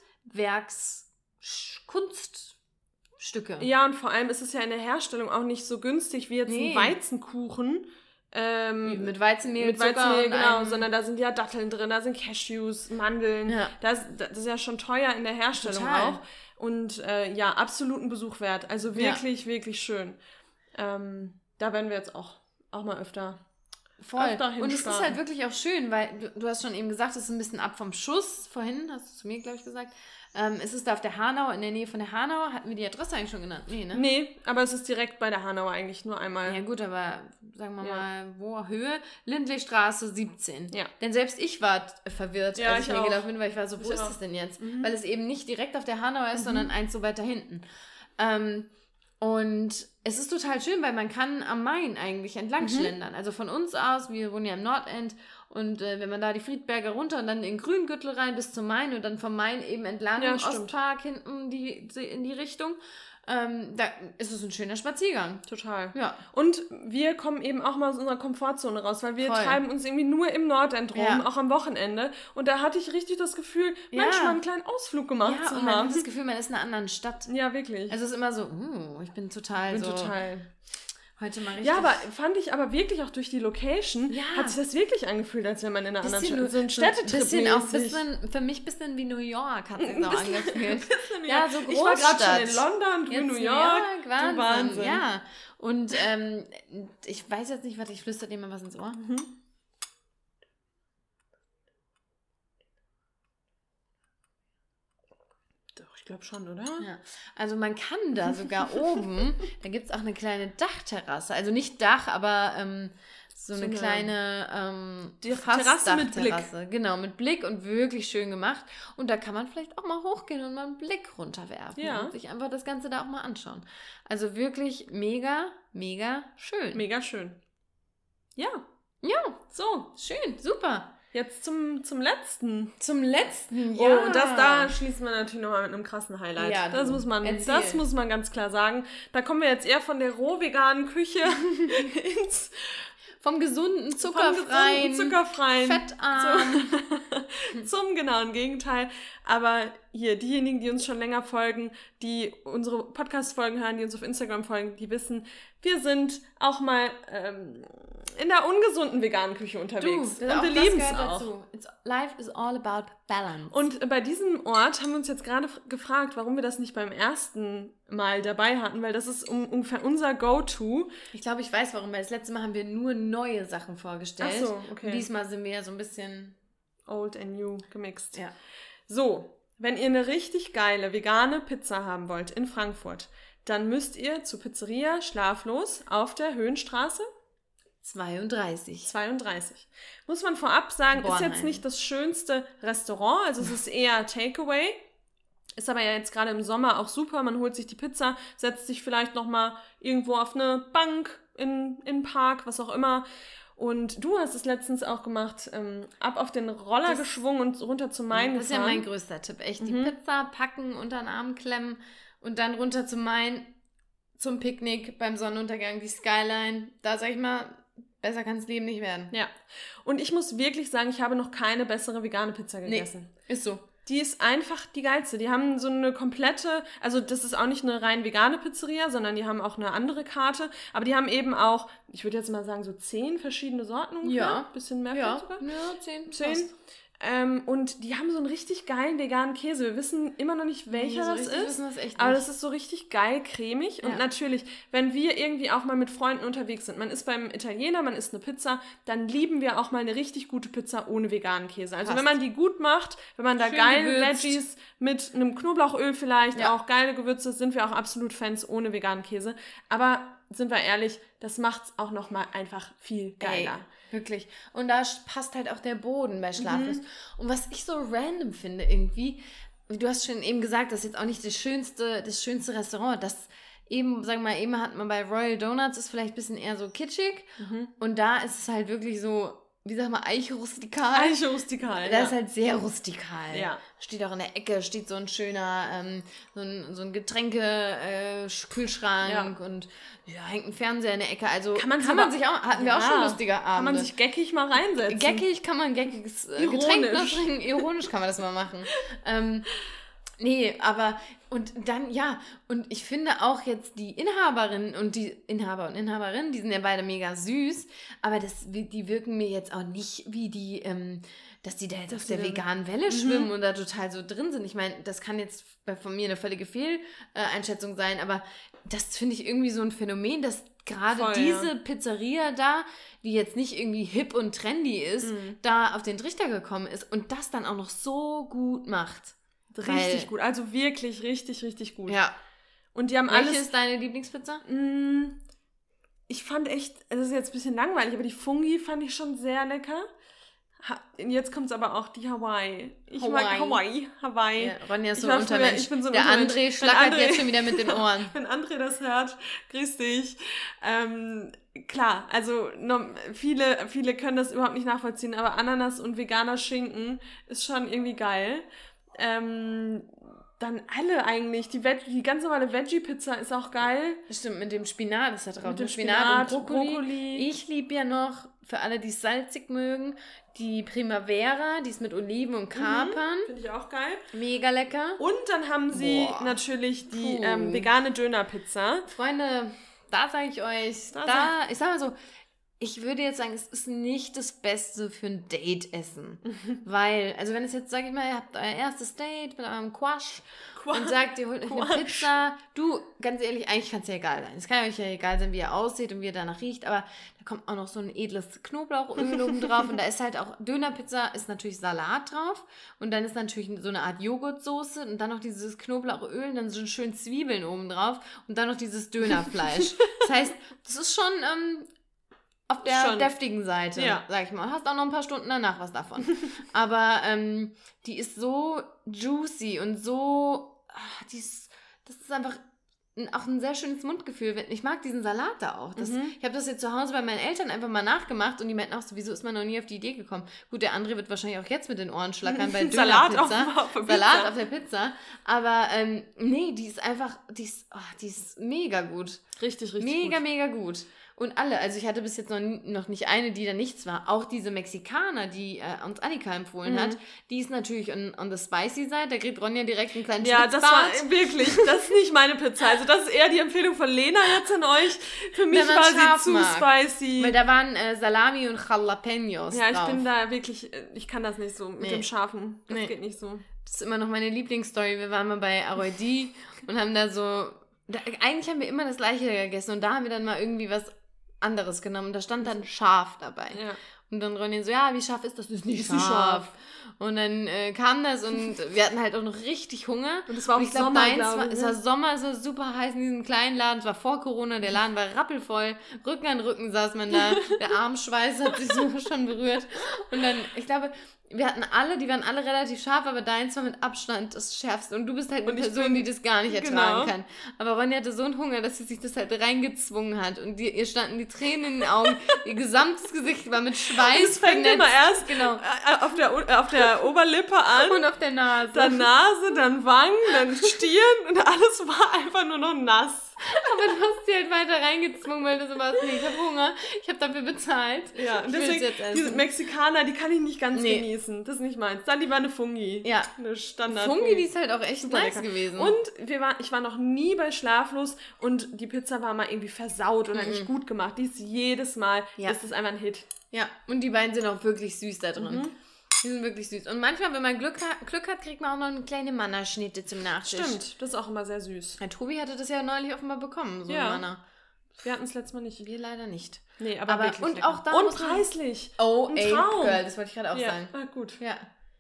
Handwerkskunst. Stücke. Ja, und vor allem ist es ja in der Herstellung auch nicht so günstig wie jetzt nee. ein Weizenkuchen. Ähm, mit Weizenmehl, mit Weizenmehl, genau, einem... sondern da sind ja Datteln drin, da sind Cashews, Mandeln. Ja. Das, das ist ja schon teuer in der Herstellung Total. auch. Und äh, ja, absoluten Besuch wert. Also wirklich, ja. wirklich schön. Ähm, da werden wir jetzt auch, auch mal öfter Voll. Und es ist halt wirklich auch schön, weil du, du hast schon eben gesagt, es ist ein bisschen ab vom Schuss. Vorhin hast du zu mir, glaube ich, gesagt. Ähm, es ist da auf der Hanau, in der Nähe von der Hanau. Hatten wir die Adresse eigentlich schon genannt? Nee, ne? Nee, aber es ist direkt bei der Hanau eigentlich nur einmal. Ja gut, aber sagen wir ja. mal, wo Höhe? Lindleystraße siebzehn. Ja. Denn selbst ich war verwirrt, ja, als ich, ich mir gelaufen bin, weil ich war so, wo ich ist auch. das denn jetzt? Mhm. Weil es eben nicht direkt auf der Hanau ist, mhm. sondern eins so weiter hinten. Ähm, und es ist total schön, weil man kann am Main eigentlich entlang mhm. schlendern. Also von uns aus, wir wohnen ja im Nordend, und äh, wenn man da die Friedberger runter und dann in den Grüngürtel rein bis zum Main und dann vom Main eben entlang ja, im Ostpark hinten die, die, in die Richtung, ähm, da ist es ein schöner Spaziergang. Total. Ja. Und wir kommen eben auch mal aus unserer Komfortzone raus, weil wir Voll. treiben uns irgendwie nur im Nordend rum, ja. auch am Wochenende. Und da hatte ich richtig das Gefühl, ja. manchmal einen kleinen Ausflug gemacht ja, zu und haben. man hat das Gefühl, man ist in einer anderen Stadt. Ja, wirklich. Also es ist immer so, uh, ich bin total ich bin so... total... Heute mal richtig. Ja, aber fand ich aber wirklich auch durch die Location, ja. hat sich das wirklich angefühlt, als wenn man in einer bisschen anderen Stadt, so ein Städtetrip bisschen auch bisschen, für mich ein bisschen wie New York hat sich so angefühlt. Ja, so Großstadt. Ich war gerade schon in London, du jetzt in New York. York Wahnsinn. Du Wahnsinn. Ja, und ähm, ich weiß jetzt nicht, warte, ich flüstere dir mal was ins Ohr. Mhm. Ich glaube schon, oder? Ja. Also man kann da sogar oben, da gibt es auch eine kleine Dachterrasse. Also nicht Dach, aber ähm, so, so eine, eine kleine ähm, die Terrasse mit Blick. Genau, mit Blick und wirklich schön gemacht. Und da kann man vielleicht auch mal hochgehen und mal einen Blick runterwerfen ja. und sich einfach das Ganze da auch mal anschauen. Also wirklich mega, mega schön. Mega schön. Ja. Ja, so, schön, super. Jetzt zum, zum letzten. Zum letzten, ja. Oh, und das da schließen wir natürlich nochmal mit einem krassen Highlight. Ja, das muss man, das muss man ganz klar sagen. Da kommen wir jetzt eher von der roh-veganen Küche ins... Vom gesunden, zuckerfreien, Vom gesunden, zuckerfreien fettarm. Zum, zum genauen Gegenteil. Aber hier, diejenigen, die uns schon länger folgen, die unsere Podcast-Folgen hören, die uns auf Instagram folgen, die wissen, wir sind auch mal ähm, in der ungesunden veganen Küche unterwegs. Du, und wir lieben es auch. Dazu. It's, life is all about balance. Und bei diesem Ort haben wir uns jetzt gerade f- gefragt, warum wir das nicht beim ersten Mal dabei hatten, weil das ist um, ungefähr unser Go-To. Ich glaube, ich weiß warum, weil das letzte Mal haben wir nur neue Sachen vorgestellt. Ach so, okay. Und diesmal sind wir ja so ein bisschen... Old and new gemixt. Ja. So, wenn ihr eine richtig geile vegane Pizza haben wollt in Frankfurt, dann müsst ihr zur Pizzeria Schlaflos auf der Höhenstraße zweiunddreißig. zweiunddreißig. Muss man vorab sagen, Bornheim. Ist jetzt nicht das schönste Restaurant, also es ist eher Takeaway. Ist aber ja jetzt gerade im Sommer auch super. Man holt sich die Pizza, setzt sich vielleicht nochmal irgendwo auf eine Bank in, in einen Park, was auch immer. Und du hast es letztens auch gemacht, ähm, ab auf den Roller das, geschwungen und runter zum Main Das gefahren. ist ja mein größter Tipp, echt. Die mhm. Pizza packen, unter den Arm klemmen und dann runter zum Main, zum Picknick beim Sonnenuntergang, die Skyline. Da sag ich mal, besser kann das Leben nicht werden. Ja. Und ich muss wirklich sagen, ich habe noch keine bessere vegane Pizza gegessen. Nee, ist so. Die ist einfach die geilste. Die haben so eine komplette, also das ist auch nicht eine rein vegane Pizzeria, sondern die haben auch eine andere Karte. Aber die haben eben auch, ich würde jetzt mal sagen, so zehn verschiedene Sorten ungefähr. Ja. Bisschen mehr ja. sogar. Ja, zehn. Zehn. Ähm, und die haben so einen richtig geilen veganen Käse. Wir wissen immer noch nicht, welcher nee, so das ist. Wissen das echt aber nicht. das ist so richtig geil cremig. Ja. Und natürlich, wenn wir irgendwie auch mal mit Freunden unterwegs sind, man ist beim Italiener, man isst eine Pizza, dann lieben wir auch mal eine richtig gute Pizza ohne veganen Käse. Also Passt. wenn man die gut macht, wenn man da Schön geile gewürzt. Veggies mit einem Knoblauchöl vielleicht, ja. auch geile Gewürze, sind wir auch absolut Fans ohne veganen Käse. Aber sind wir ehrlich, das macht's auch nochmal einfach viel geiler. Ey, wirklich. Und da passt halt auch der Boden bei Schlaflos. Mhm. Und was ich so random finde irgendwie, du hast schon eben gesagt, das ist jetzt auch nicht das schönste, das schönste Restaurant. Das eben, sagen wir mal, eben hat man bei Royal Donuts, ist vielleicht ein bisschen eher so kitschig. Mhm. Und da ist es halt wirklich so, wie sag mal, eicherustikal. Eicherustikal, Das ja. ist halt sehr rustikal. Ja. Steht auch in der Ecke, steht so ein schöner, ähm, so ein, so ein Getränke-Kühlschrank äh, und ja, hängt ein Fernseher in der Ecke. Also kann man, kann man sich auch, hatten ja, wir auch schon lustige Abende. Kann man sich geckig mal reinsetzen. Geckig kann man ein geckiges äh, Getränk noch trinken. Ironisch kann man das mal machen. ähm, nee, aber und dann, ja, und ich finde auch jetzt die Inhaberinnen und die Inhaber und Inhaberinnen, die sind ja beide mega süß, aber das, die wirken mir jetzt auch nicht wie die, ähm, dass die da jetzt dass auf der dann, veganen Welle mhm. schwimmen und da total so drin sind. Ich meine, das kann jetzt von mir eine völlige Fehleinschätzung sein, aber das finde ich irgendwie so ein Phänomen, dass gerade diese ja. Pizzeria da, die jetzt nicht irgendwie hip und trendy ist, mhm. da auf den Trichter gekommen ist und das dann auch noch so gut macht. Richtig Weil, gut, also wirklich richtig, richtig gut. Ja. Und die haben Welche alles... ist deine Lieblingspizza? Mh, ich fand echt, das ist jetzt ein bisschen langweilig, aber die Fungi fand ich schon sehr lecker. Ha, jetzt kommt es aber auch die Hawaii. Ich Hawaii. mag Hawaii. Hawaii. Ja, Ronja ist so ein Untermensch. Ich bin so ein Der Untermensch. André schlackert jetzt schon wieder mit den Ohren. Wenn André das hört, grüß dich. Ähm, klar, also no, viele, viele können das überhaupt nicht nachvollziehen, aber Ananas und veganer Schinken ist schon irgendwie geil. Ähm, dann alle eigentlich. Die, Veg- die ganz normale Veggie-Pizza ist auch geil. Stimmt, mit dem Spinat ist da drauf. Mit dem Spinat, Spinat und Brokkoli. Brokkoli. Ich liebe ja noch, für alle, die es salzig mögen, die Primavera, die ist mit Oliven und Kapern. Mhm, finde ich auch geil. Mega lecker. Und dann haben sie Boah. natürlich die ähm, vegane Dönerpizza. Freunde, da sage ich euch, da, da ich sag mal so, ich würde jetzt sagen, es ist nicht das Beste für ein Date-Essen. Weil, also wenn es jetzt, sag ich mal, ihr habt euer erstes Date mit eurem Quash und sagt, ihr holt euch eine Pizza. Du, ganz ehrlich, eigentlich kann es ja egal sein. Es kann euch ja egal sein, wie er aussieht und wie er danach riecht, aber da kommt auch noch so ein edles Knoblauchöl oben drauf und da ist halt auch, Dönerpizza ist natürlich Salat drauf und dann ist natürlich so eine Art Joghurtsoße und dann noch dieses Knoblauchöl und dann so schön Zwiebeln oben drauf und dann noch dieses Dönerfleisch. Das heißt, das ist schon... Ähm, auf der Schon. deftigen Seite, ja. sag ich mal. Hast auch noch ein paar Stunden danach was davon. Aber ähm, die ist so juicy und so, ach, die ist, das ist einfach auch ein sehr schönes Mundgefühl. Ich mag diesen Salat da auch. Das, mhm. Ich habe das jetzt zu Hause bei meinen Eltern einfach mal nachgemacht und die meinten auch so, wieso ist man noch nie auf die Idee gekommen? Gut, der André wird wahrscheinlich auch jetzt mit den Ohren schlackern bei Salat Dönerpizza. auf, auf Pizza. Salat auf der Pizza. Aber ähm, nee, die ist einfach, die ist, oh, die ist mega gut. Richtig, richtig mega, gut. Mega, mega gut. Und alle, also ich hatte bis jetzt noch, noch nicht eine, die da nichts war. Auch diese Mexikaner, die äh, uns Annika empfohlen mhm. hat, die ist natürlich on, on the spicy side. Da kriegt Ronja direkt einen kleinen Ja, Schwitzbart. das war wirklich, das ist nicht meine Pizza. Also das ist eher die Empfehlung von Lena jetzt an euch. Für mich war sie zu mag. spicy. Weil da waren äh, Salami und Jalapenos Ja, ich drauf. bin da wirklich, ich kann das nicht so mit nee. dem Scharfen. Das nee. geht nicht so. Das ist immer noch meine Lieblingsstory. Wir waren mal bei Aroidi und haben da so, da, eigentlich haben wir immer das Gleiche gegessen und da haben wir dann mal irgendwie was anderes genommen. Da stand dann scharf dabei. Ja. Und dann Ronja so, ja, wie scharf ist das? Das ist nicht ist scharf. scharf. Und dann äh, kam das und wir hatten halt auch noch richtig Hunger. Und es war auch ich glaub, Sommer, deins glaube war, ich. Es war Sommer, es war super heiß in diesem kleinen Laden. Es war vor Corona, der Laden war rappelvoll. Rücken an Rücken saß man da. Der Armschweiß hat sich so schon berührt. Und dann, ich glaube, wir hatten alle, die waren alle relativ scharf, aber deins war mit Abstand das Schärfste. Und du bist halt eine Person, bin, die das gar nicht ertragen genau. kann. Aber Ronja hatte so einen Hunger, dass sie sich das halt reingezwungen hat. Und die, ihr standen die Tränen in den Augen. Ihr gesamtes Gesicht war mit Schweiß Es fängt immer erst genau. auf, der, auf der Oberlippe an. Und auf der Nase. Dann Nase, dann Wangen, dann Stirn. Und alles war einfach nur noch nass. Aber du hast sie halt weiter reingezwungen, weil du so warst, nee, ich hab Hunger, ich hab dafür bezahlt. Ja, und deswegen, diese Mexikaner, die kann ich nicht ganz nee. genießen. Das ist nicht meins. Dann lieber eine Fungi. Ja. Eine Standard Fungi, die ist halt auch echt super nice lecker. gewesen. Und wir waren, ich war noch nie bei Schlaflos und die Pizza war mal irgendwie versaut oder mm-mm. nicht gut gemacht. Die ist jedes Mal, ja. ist das einfach ein Hit. Ja, und die beiden sind auch wirklich süß da drin. Mhm. Die sind wirklich süß. Und manchmal, wenn man Glück hat, Glück hat, kriegt man auch noch eine kleine Manna-Schnitte zum Nachtisch. Stimmt, das ist auch immer sehr süß. Ja, Tobi hatte das ja neulich offenbar bekommen, so ja. ein Manna. Wir hatten es letztes Mal nicht. Wir leider nicht. Nee, aber, aber wirklich Und lecker. auch da Und preislich. Oh, ein ey, Traum. Girl, das wollte ich gerade auch ja. sagen. Ah, gut. Ja.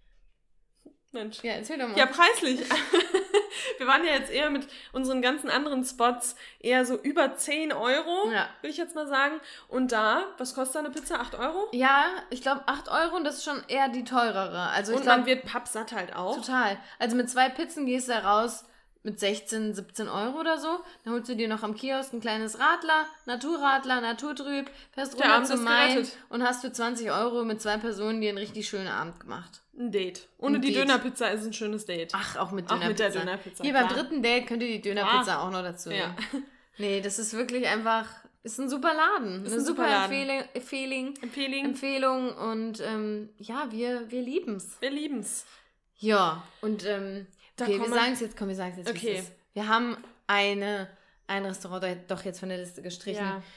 Mensch. Ja, erzähl doch mal. Ja, preislich. Wir waren ja jetzt eher mit unseren ganzen anderen Spots eher so über zehn Euro, ja. würde ich jetzt mal sagen. Und da, was kostet eine Pizza? acht Euro? Ja, ich glaube acht Euro und das ist schon eher die teurere. Also ich und glaub, man wird pappsatt halt auch. Total. Also mit zwei Pizzen gehst du da raus mit sechzehn, siebzehn Euro oder so. Dann holst du dir noch am Kiosk ein kleines Radler, Naturradler, Naturtrüb, fährst runter zum Main und hast für zwanzig Euro mit zwei Personen dir einen richtig schönen Abend gemacht. Ein Date. Ohne ein die Date. Dönerpizza ist ein schönes Date. Ach, auch mit Dönerpizza. Auch mit der Dönerpizza. Hier klar. beim dritten Date könnt ihr die Dönerpizza ah. auch noch dazu ja. nehmen. Nee, das ist wirklich einfach, ist ein super Laden. Ist eine ein super, super Empfehlung, Empfehlung, Empfehlung. Empfehlung und ähm, ja, wir, wir lieben's. Wir lieben's. Ja, und ähm, okay, wir sagen es jetzt, komm, wir sagen es jetzt, okay. wie es ist. Wir haben eine, ein Restaurant doch jetzt von der Liste gestrichen. Ja.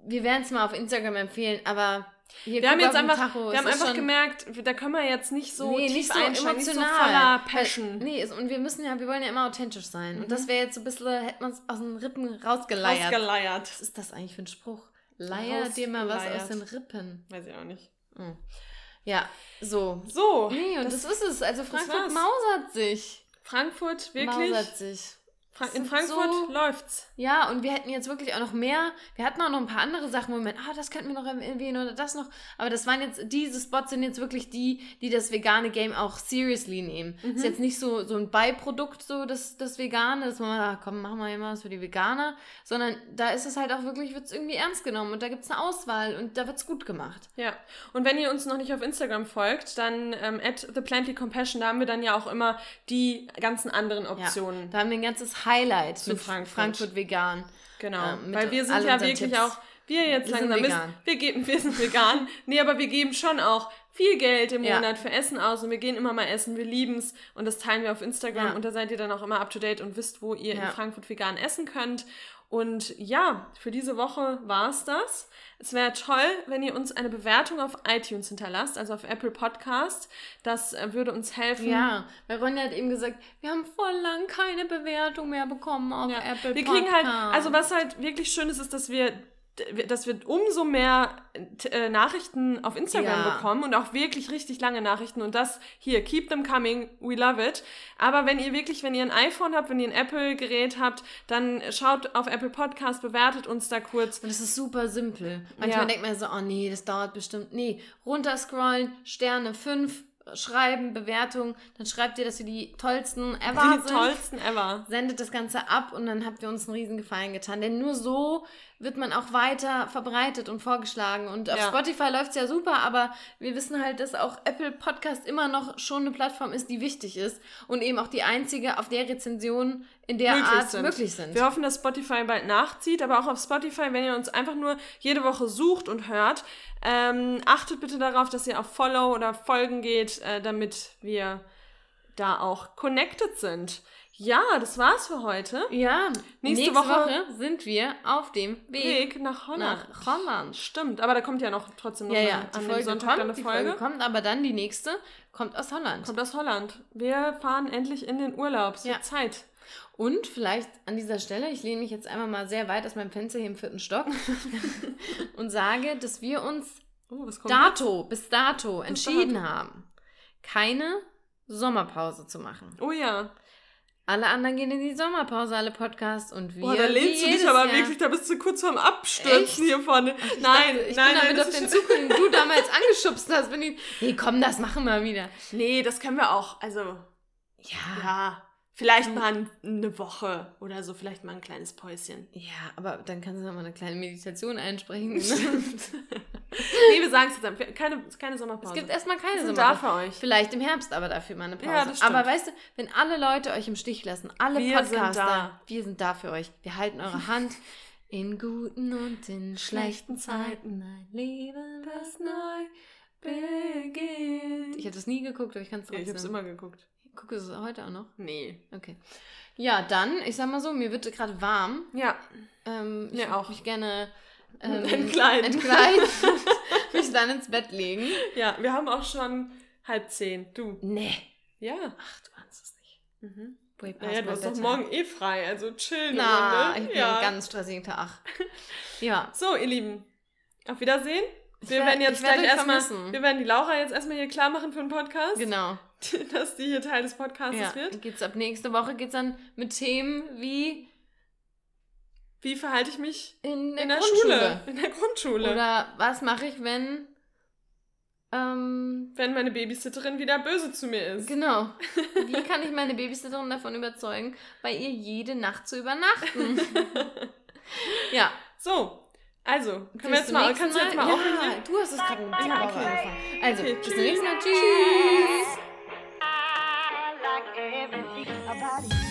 wir werden es mal auf Instagram empfehlen, aber hier wir haben jetzt einfach, Tacho, wir haben einfach gemerkt, da können wir jetzt nicht so nee, tief nicht so einsteigen, emotional. nicht so voller Passion. Weil, nee, und wir müssen ja, wir wollen ja immer authentisch sein. Mhm. Und das wäre jetzt so ein bisschen, hätte man es aus den Rippen rausgeleiert. Rausgeleiert. Was ist das eigentlich für ein Spruch? Leier dir mal was aus den Rippen. Weiß ich auch nicht. Mhm. Ja, so. So. Nee, und das, das ist es. Also Frankfurt mausert sich. Frankfurt, wirklich? Mausert sich. Fra- in Frankfurt so, läuft's. Ja, und wir hätten jetzt wirklich auch noch mehr, wir hatten auch noch ein paar andere Sachen, wo wir meinen, ah, das könnten wir noch erwähnen oder das noch, aber das waren jetzt, diese Spots sind jetzt wirklich die, die das vegane Game auch seriously nehmen. Mhm. Ist jetzt nicht so, so ein Beiprodukt, so das, das Vegane, dass man sagt, komm, machen wir hier mal was für die Veganer, sondern da ist es halt auch wirklich, wird es irgendwie ernst genommen und da gibt es eine Auswahl und da wird es gut gemacht. Ja, und wenn ihr uns noch nicht auf Instagram folgt, dann ähm, at the plenty compassion, da haben wir dann ja auch immer die ganzen anderen Optionen. Ja, da haben wir ein ganzes Highlight zu mit Frankfurt. Frankfurt vegan. Genau, ähm, weil wir sind ja wirklich Tipps. auch, wir jetzt wir langsam, sind wir, geben, wir sind vegan, nee, aber wir geben schon auch viel Geld im ja. Monat für Essen aus und wir gehen immer mal essen, wir lieben's und das teilen wir auf Instagram ja. und da seid ihr dann auch immer up to date und wisst, wo ihr ja. in Frankfurt vegan essen könnt. Und ja, für diese Woche war's das. Es wäre toll, wenn ihr uns eine Bewertung auf iTunes hinterlasst, also auf Apple Podcast. Das äh, würde uns helfen. Ja, weil Ronja hat eben gesagt, wir haben voll lang keine Bewertung mehr bekommen auf ja. Apple wir Podcast. Wir kriegen halt, also was halt wirklich schön ist, ist, dass wir dass wir umso mehr äh, Nachrichten auf Instagram ja. bekommen und auch wirklich richtig lange Nachrichten und das hier, keep them coming, we love it. Aber wenn ihr wirklich, wenn ihr ein iPhone habt, wenn ihr ein Apple-Gerät habt, dann schaut auf Apple Podcast, bewertet uns da kurz. Und es ist super simpel. Manchmal ja. denkt man so, oh nee, das dauert bestimmt. Nee, runterscrollen, Sterne fünf, schreiben, Bewertung, dann schreibt ihr, dass wir die tollsten ever die sind. Die tollsten ever. Sendet das Ganze ab und dann habt ihr uns einen riesen Gefallen getan. Denn nur so wird man auch weiter verbreitet und vorgeschlagen. Und auf ja. Spotify läuft es ja super, aber wir wissen halt, dass auch Apple Podcast immer noch schon eine Plattform ist, die wichtig ist und eben auch die einzige, auf der Rezensionen in der möglich Art sind. möglich sind. Wir hoffen, dass Spotify bald nachzieht, aber auch auf Spotify, wenn ihr uns einfach nur jede Woche sucht und hört, ähm, achtet bitte darauf, dass ihr auf Follow oder Folgen geht, äh, damit wir da auch connected sind. Ja, das war's für heute. Ja, nächste, nächste Woche, Woche sind wir auf dem Weg, Weg nach Holland. Nach Holland. Stimmt, aber da kommt ja noch trotzdem noch ja, ja, eine, die an Folge dem Sonntag kommt, dann eine die Folge. Folge kommt, aber dann die nächste kommt aus Holland. Kommt aus Holland. Wir fahren endlich in den Urlaub. Es wird ja. Zeit. Und vielleicht an dieser Stelle, ich lehne mich jetzt einmal mal sehr weit aus meinem Fenster hier im vierten Stock und sage, dass wir uns oh, was kommt dato, jetzt? bis dato bis entschieden dato. haben, keine Sommerpause zu machen. Oh ja. Alle anderen gehen in die Sommerpause, alle Podcasts und wir. Boah, da lehnst du dich aber Jahr. wirklich, da bist du kurz vorm Abstürzen Echt? hier vorne. Ach, ich nein, dachte, ich nein, bin nein. damit auf den Zug, den du damals angeschubst hast. Bin ich, nee, komm, das machen wir wieder. Nee, das können wir auch. Also, ja. ja. Vielleicht mal eine Woche oder so, vielleicht mal ein kleines Päuschen. Ja, aber dann kannst du noch mal eine kleine Meditation einsprechen. Ne? Nee, wir sagen es jetzt, keine, keine Sommerpause. Es gibt erstmal keine wir sind Sommerpause. Da für euch. Vielleicht im Herbst aber dafür mal eine Pause. Ja, das stimmt. Aber weißt du, wenn alle Leute euch im Stich lassen, alle wir Podcaster, sind da. wir sind da für euch. Wir halten eure Hand in guten und in schlechten Zeiten. Ein Leben, das neu beginnt. Ich habe das nie geguckt, aber ich kann es trotzdem. Ja, ich habe es immer geguckt. Guckst du es heute auch noch? Nee. Okay. Ja, dann, ich sag mal so, mir wird gerade warm. Ja. Ähm, ich mir würde auch. mich gerne ähm, entkleiden. entkleiden mich dann ins Bett legen. Ja, wir haben auch schon halb zehn. Du? Nee. Ja. Ach, du kannst es nicht. Mhm. Boy, naja, du hast doch morgen eh frei, also chill. Na, Runde. ich bin ja. einen ganz stressigen Tag. Ja. So, ihr Lieben, auf Wiedersehen. Wir werd, werden jetzt werd gleich erstmal, vermissen. wir werden die Laura jetzt erstmal hier klar machen für den Podcast. Genau. Dass die hier Teil des Podcasts ja. wird. Geht's ab nächste Woche geht's dann mit Themen wie wie verhalte ich mich in der, in der Grundschule? Schule? In der Grundschule. Oder was mache ich, wenn ähm, wenn meine Babysitterin wieder böse zu mir ist. Genau. Wie kann ich meine Babysitterin davon überzeugen, bei ihr jede Nacht zu übernachten? Ja. So. Also, können wir jetzt mal, kannst du jetzt mal ja, aufhören? Du hast es gerade ein bisschen ja, okay. angefangen. Also, okay, bis zum nächsten Mal. Tschüss. Tschüss.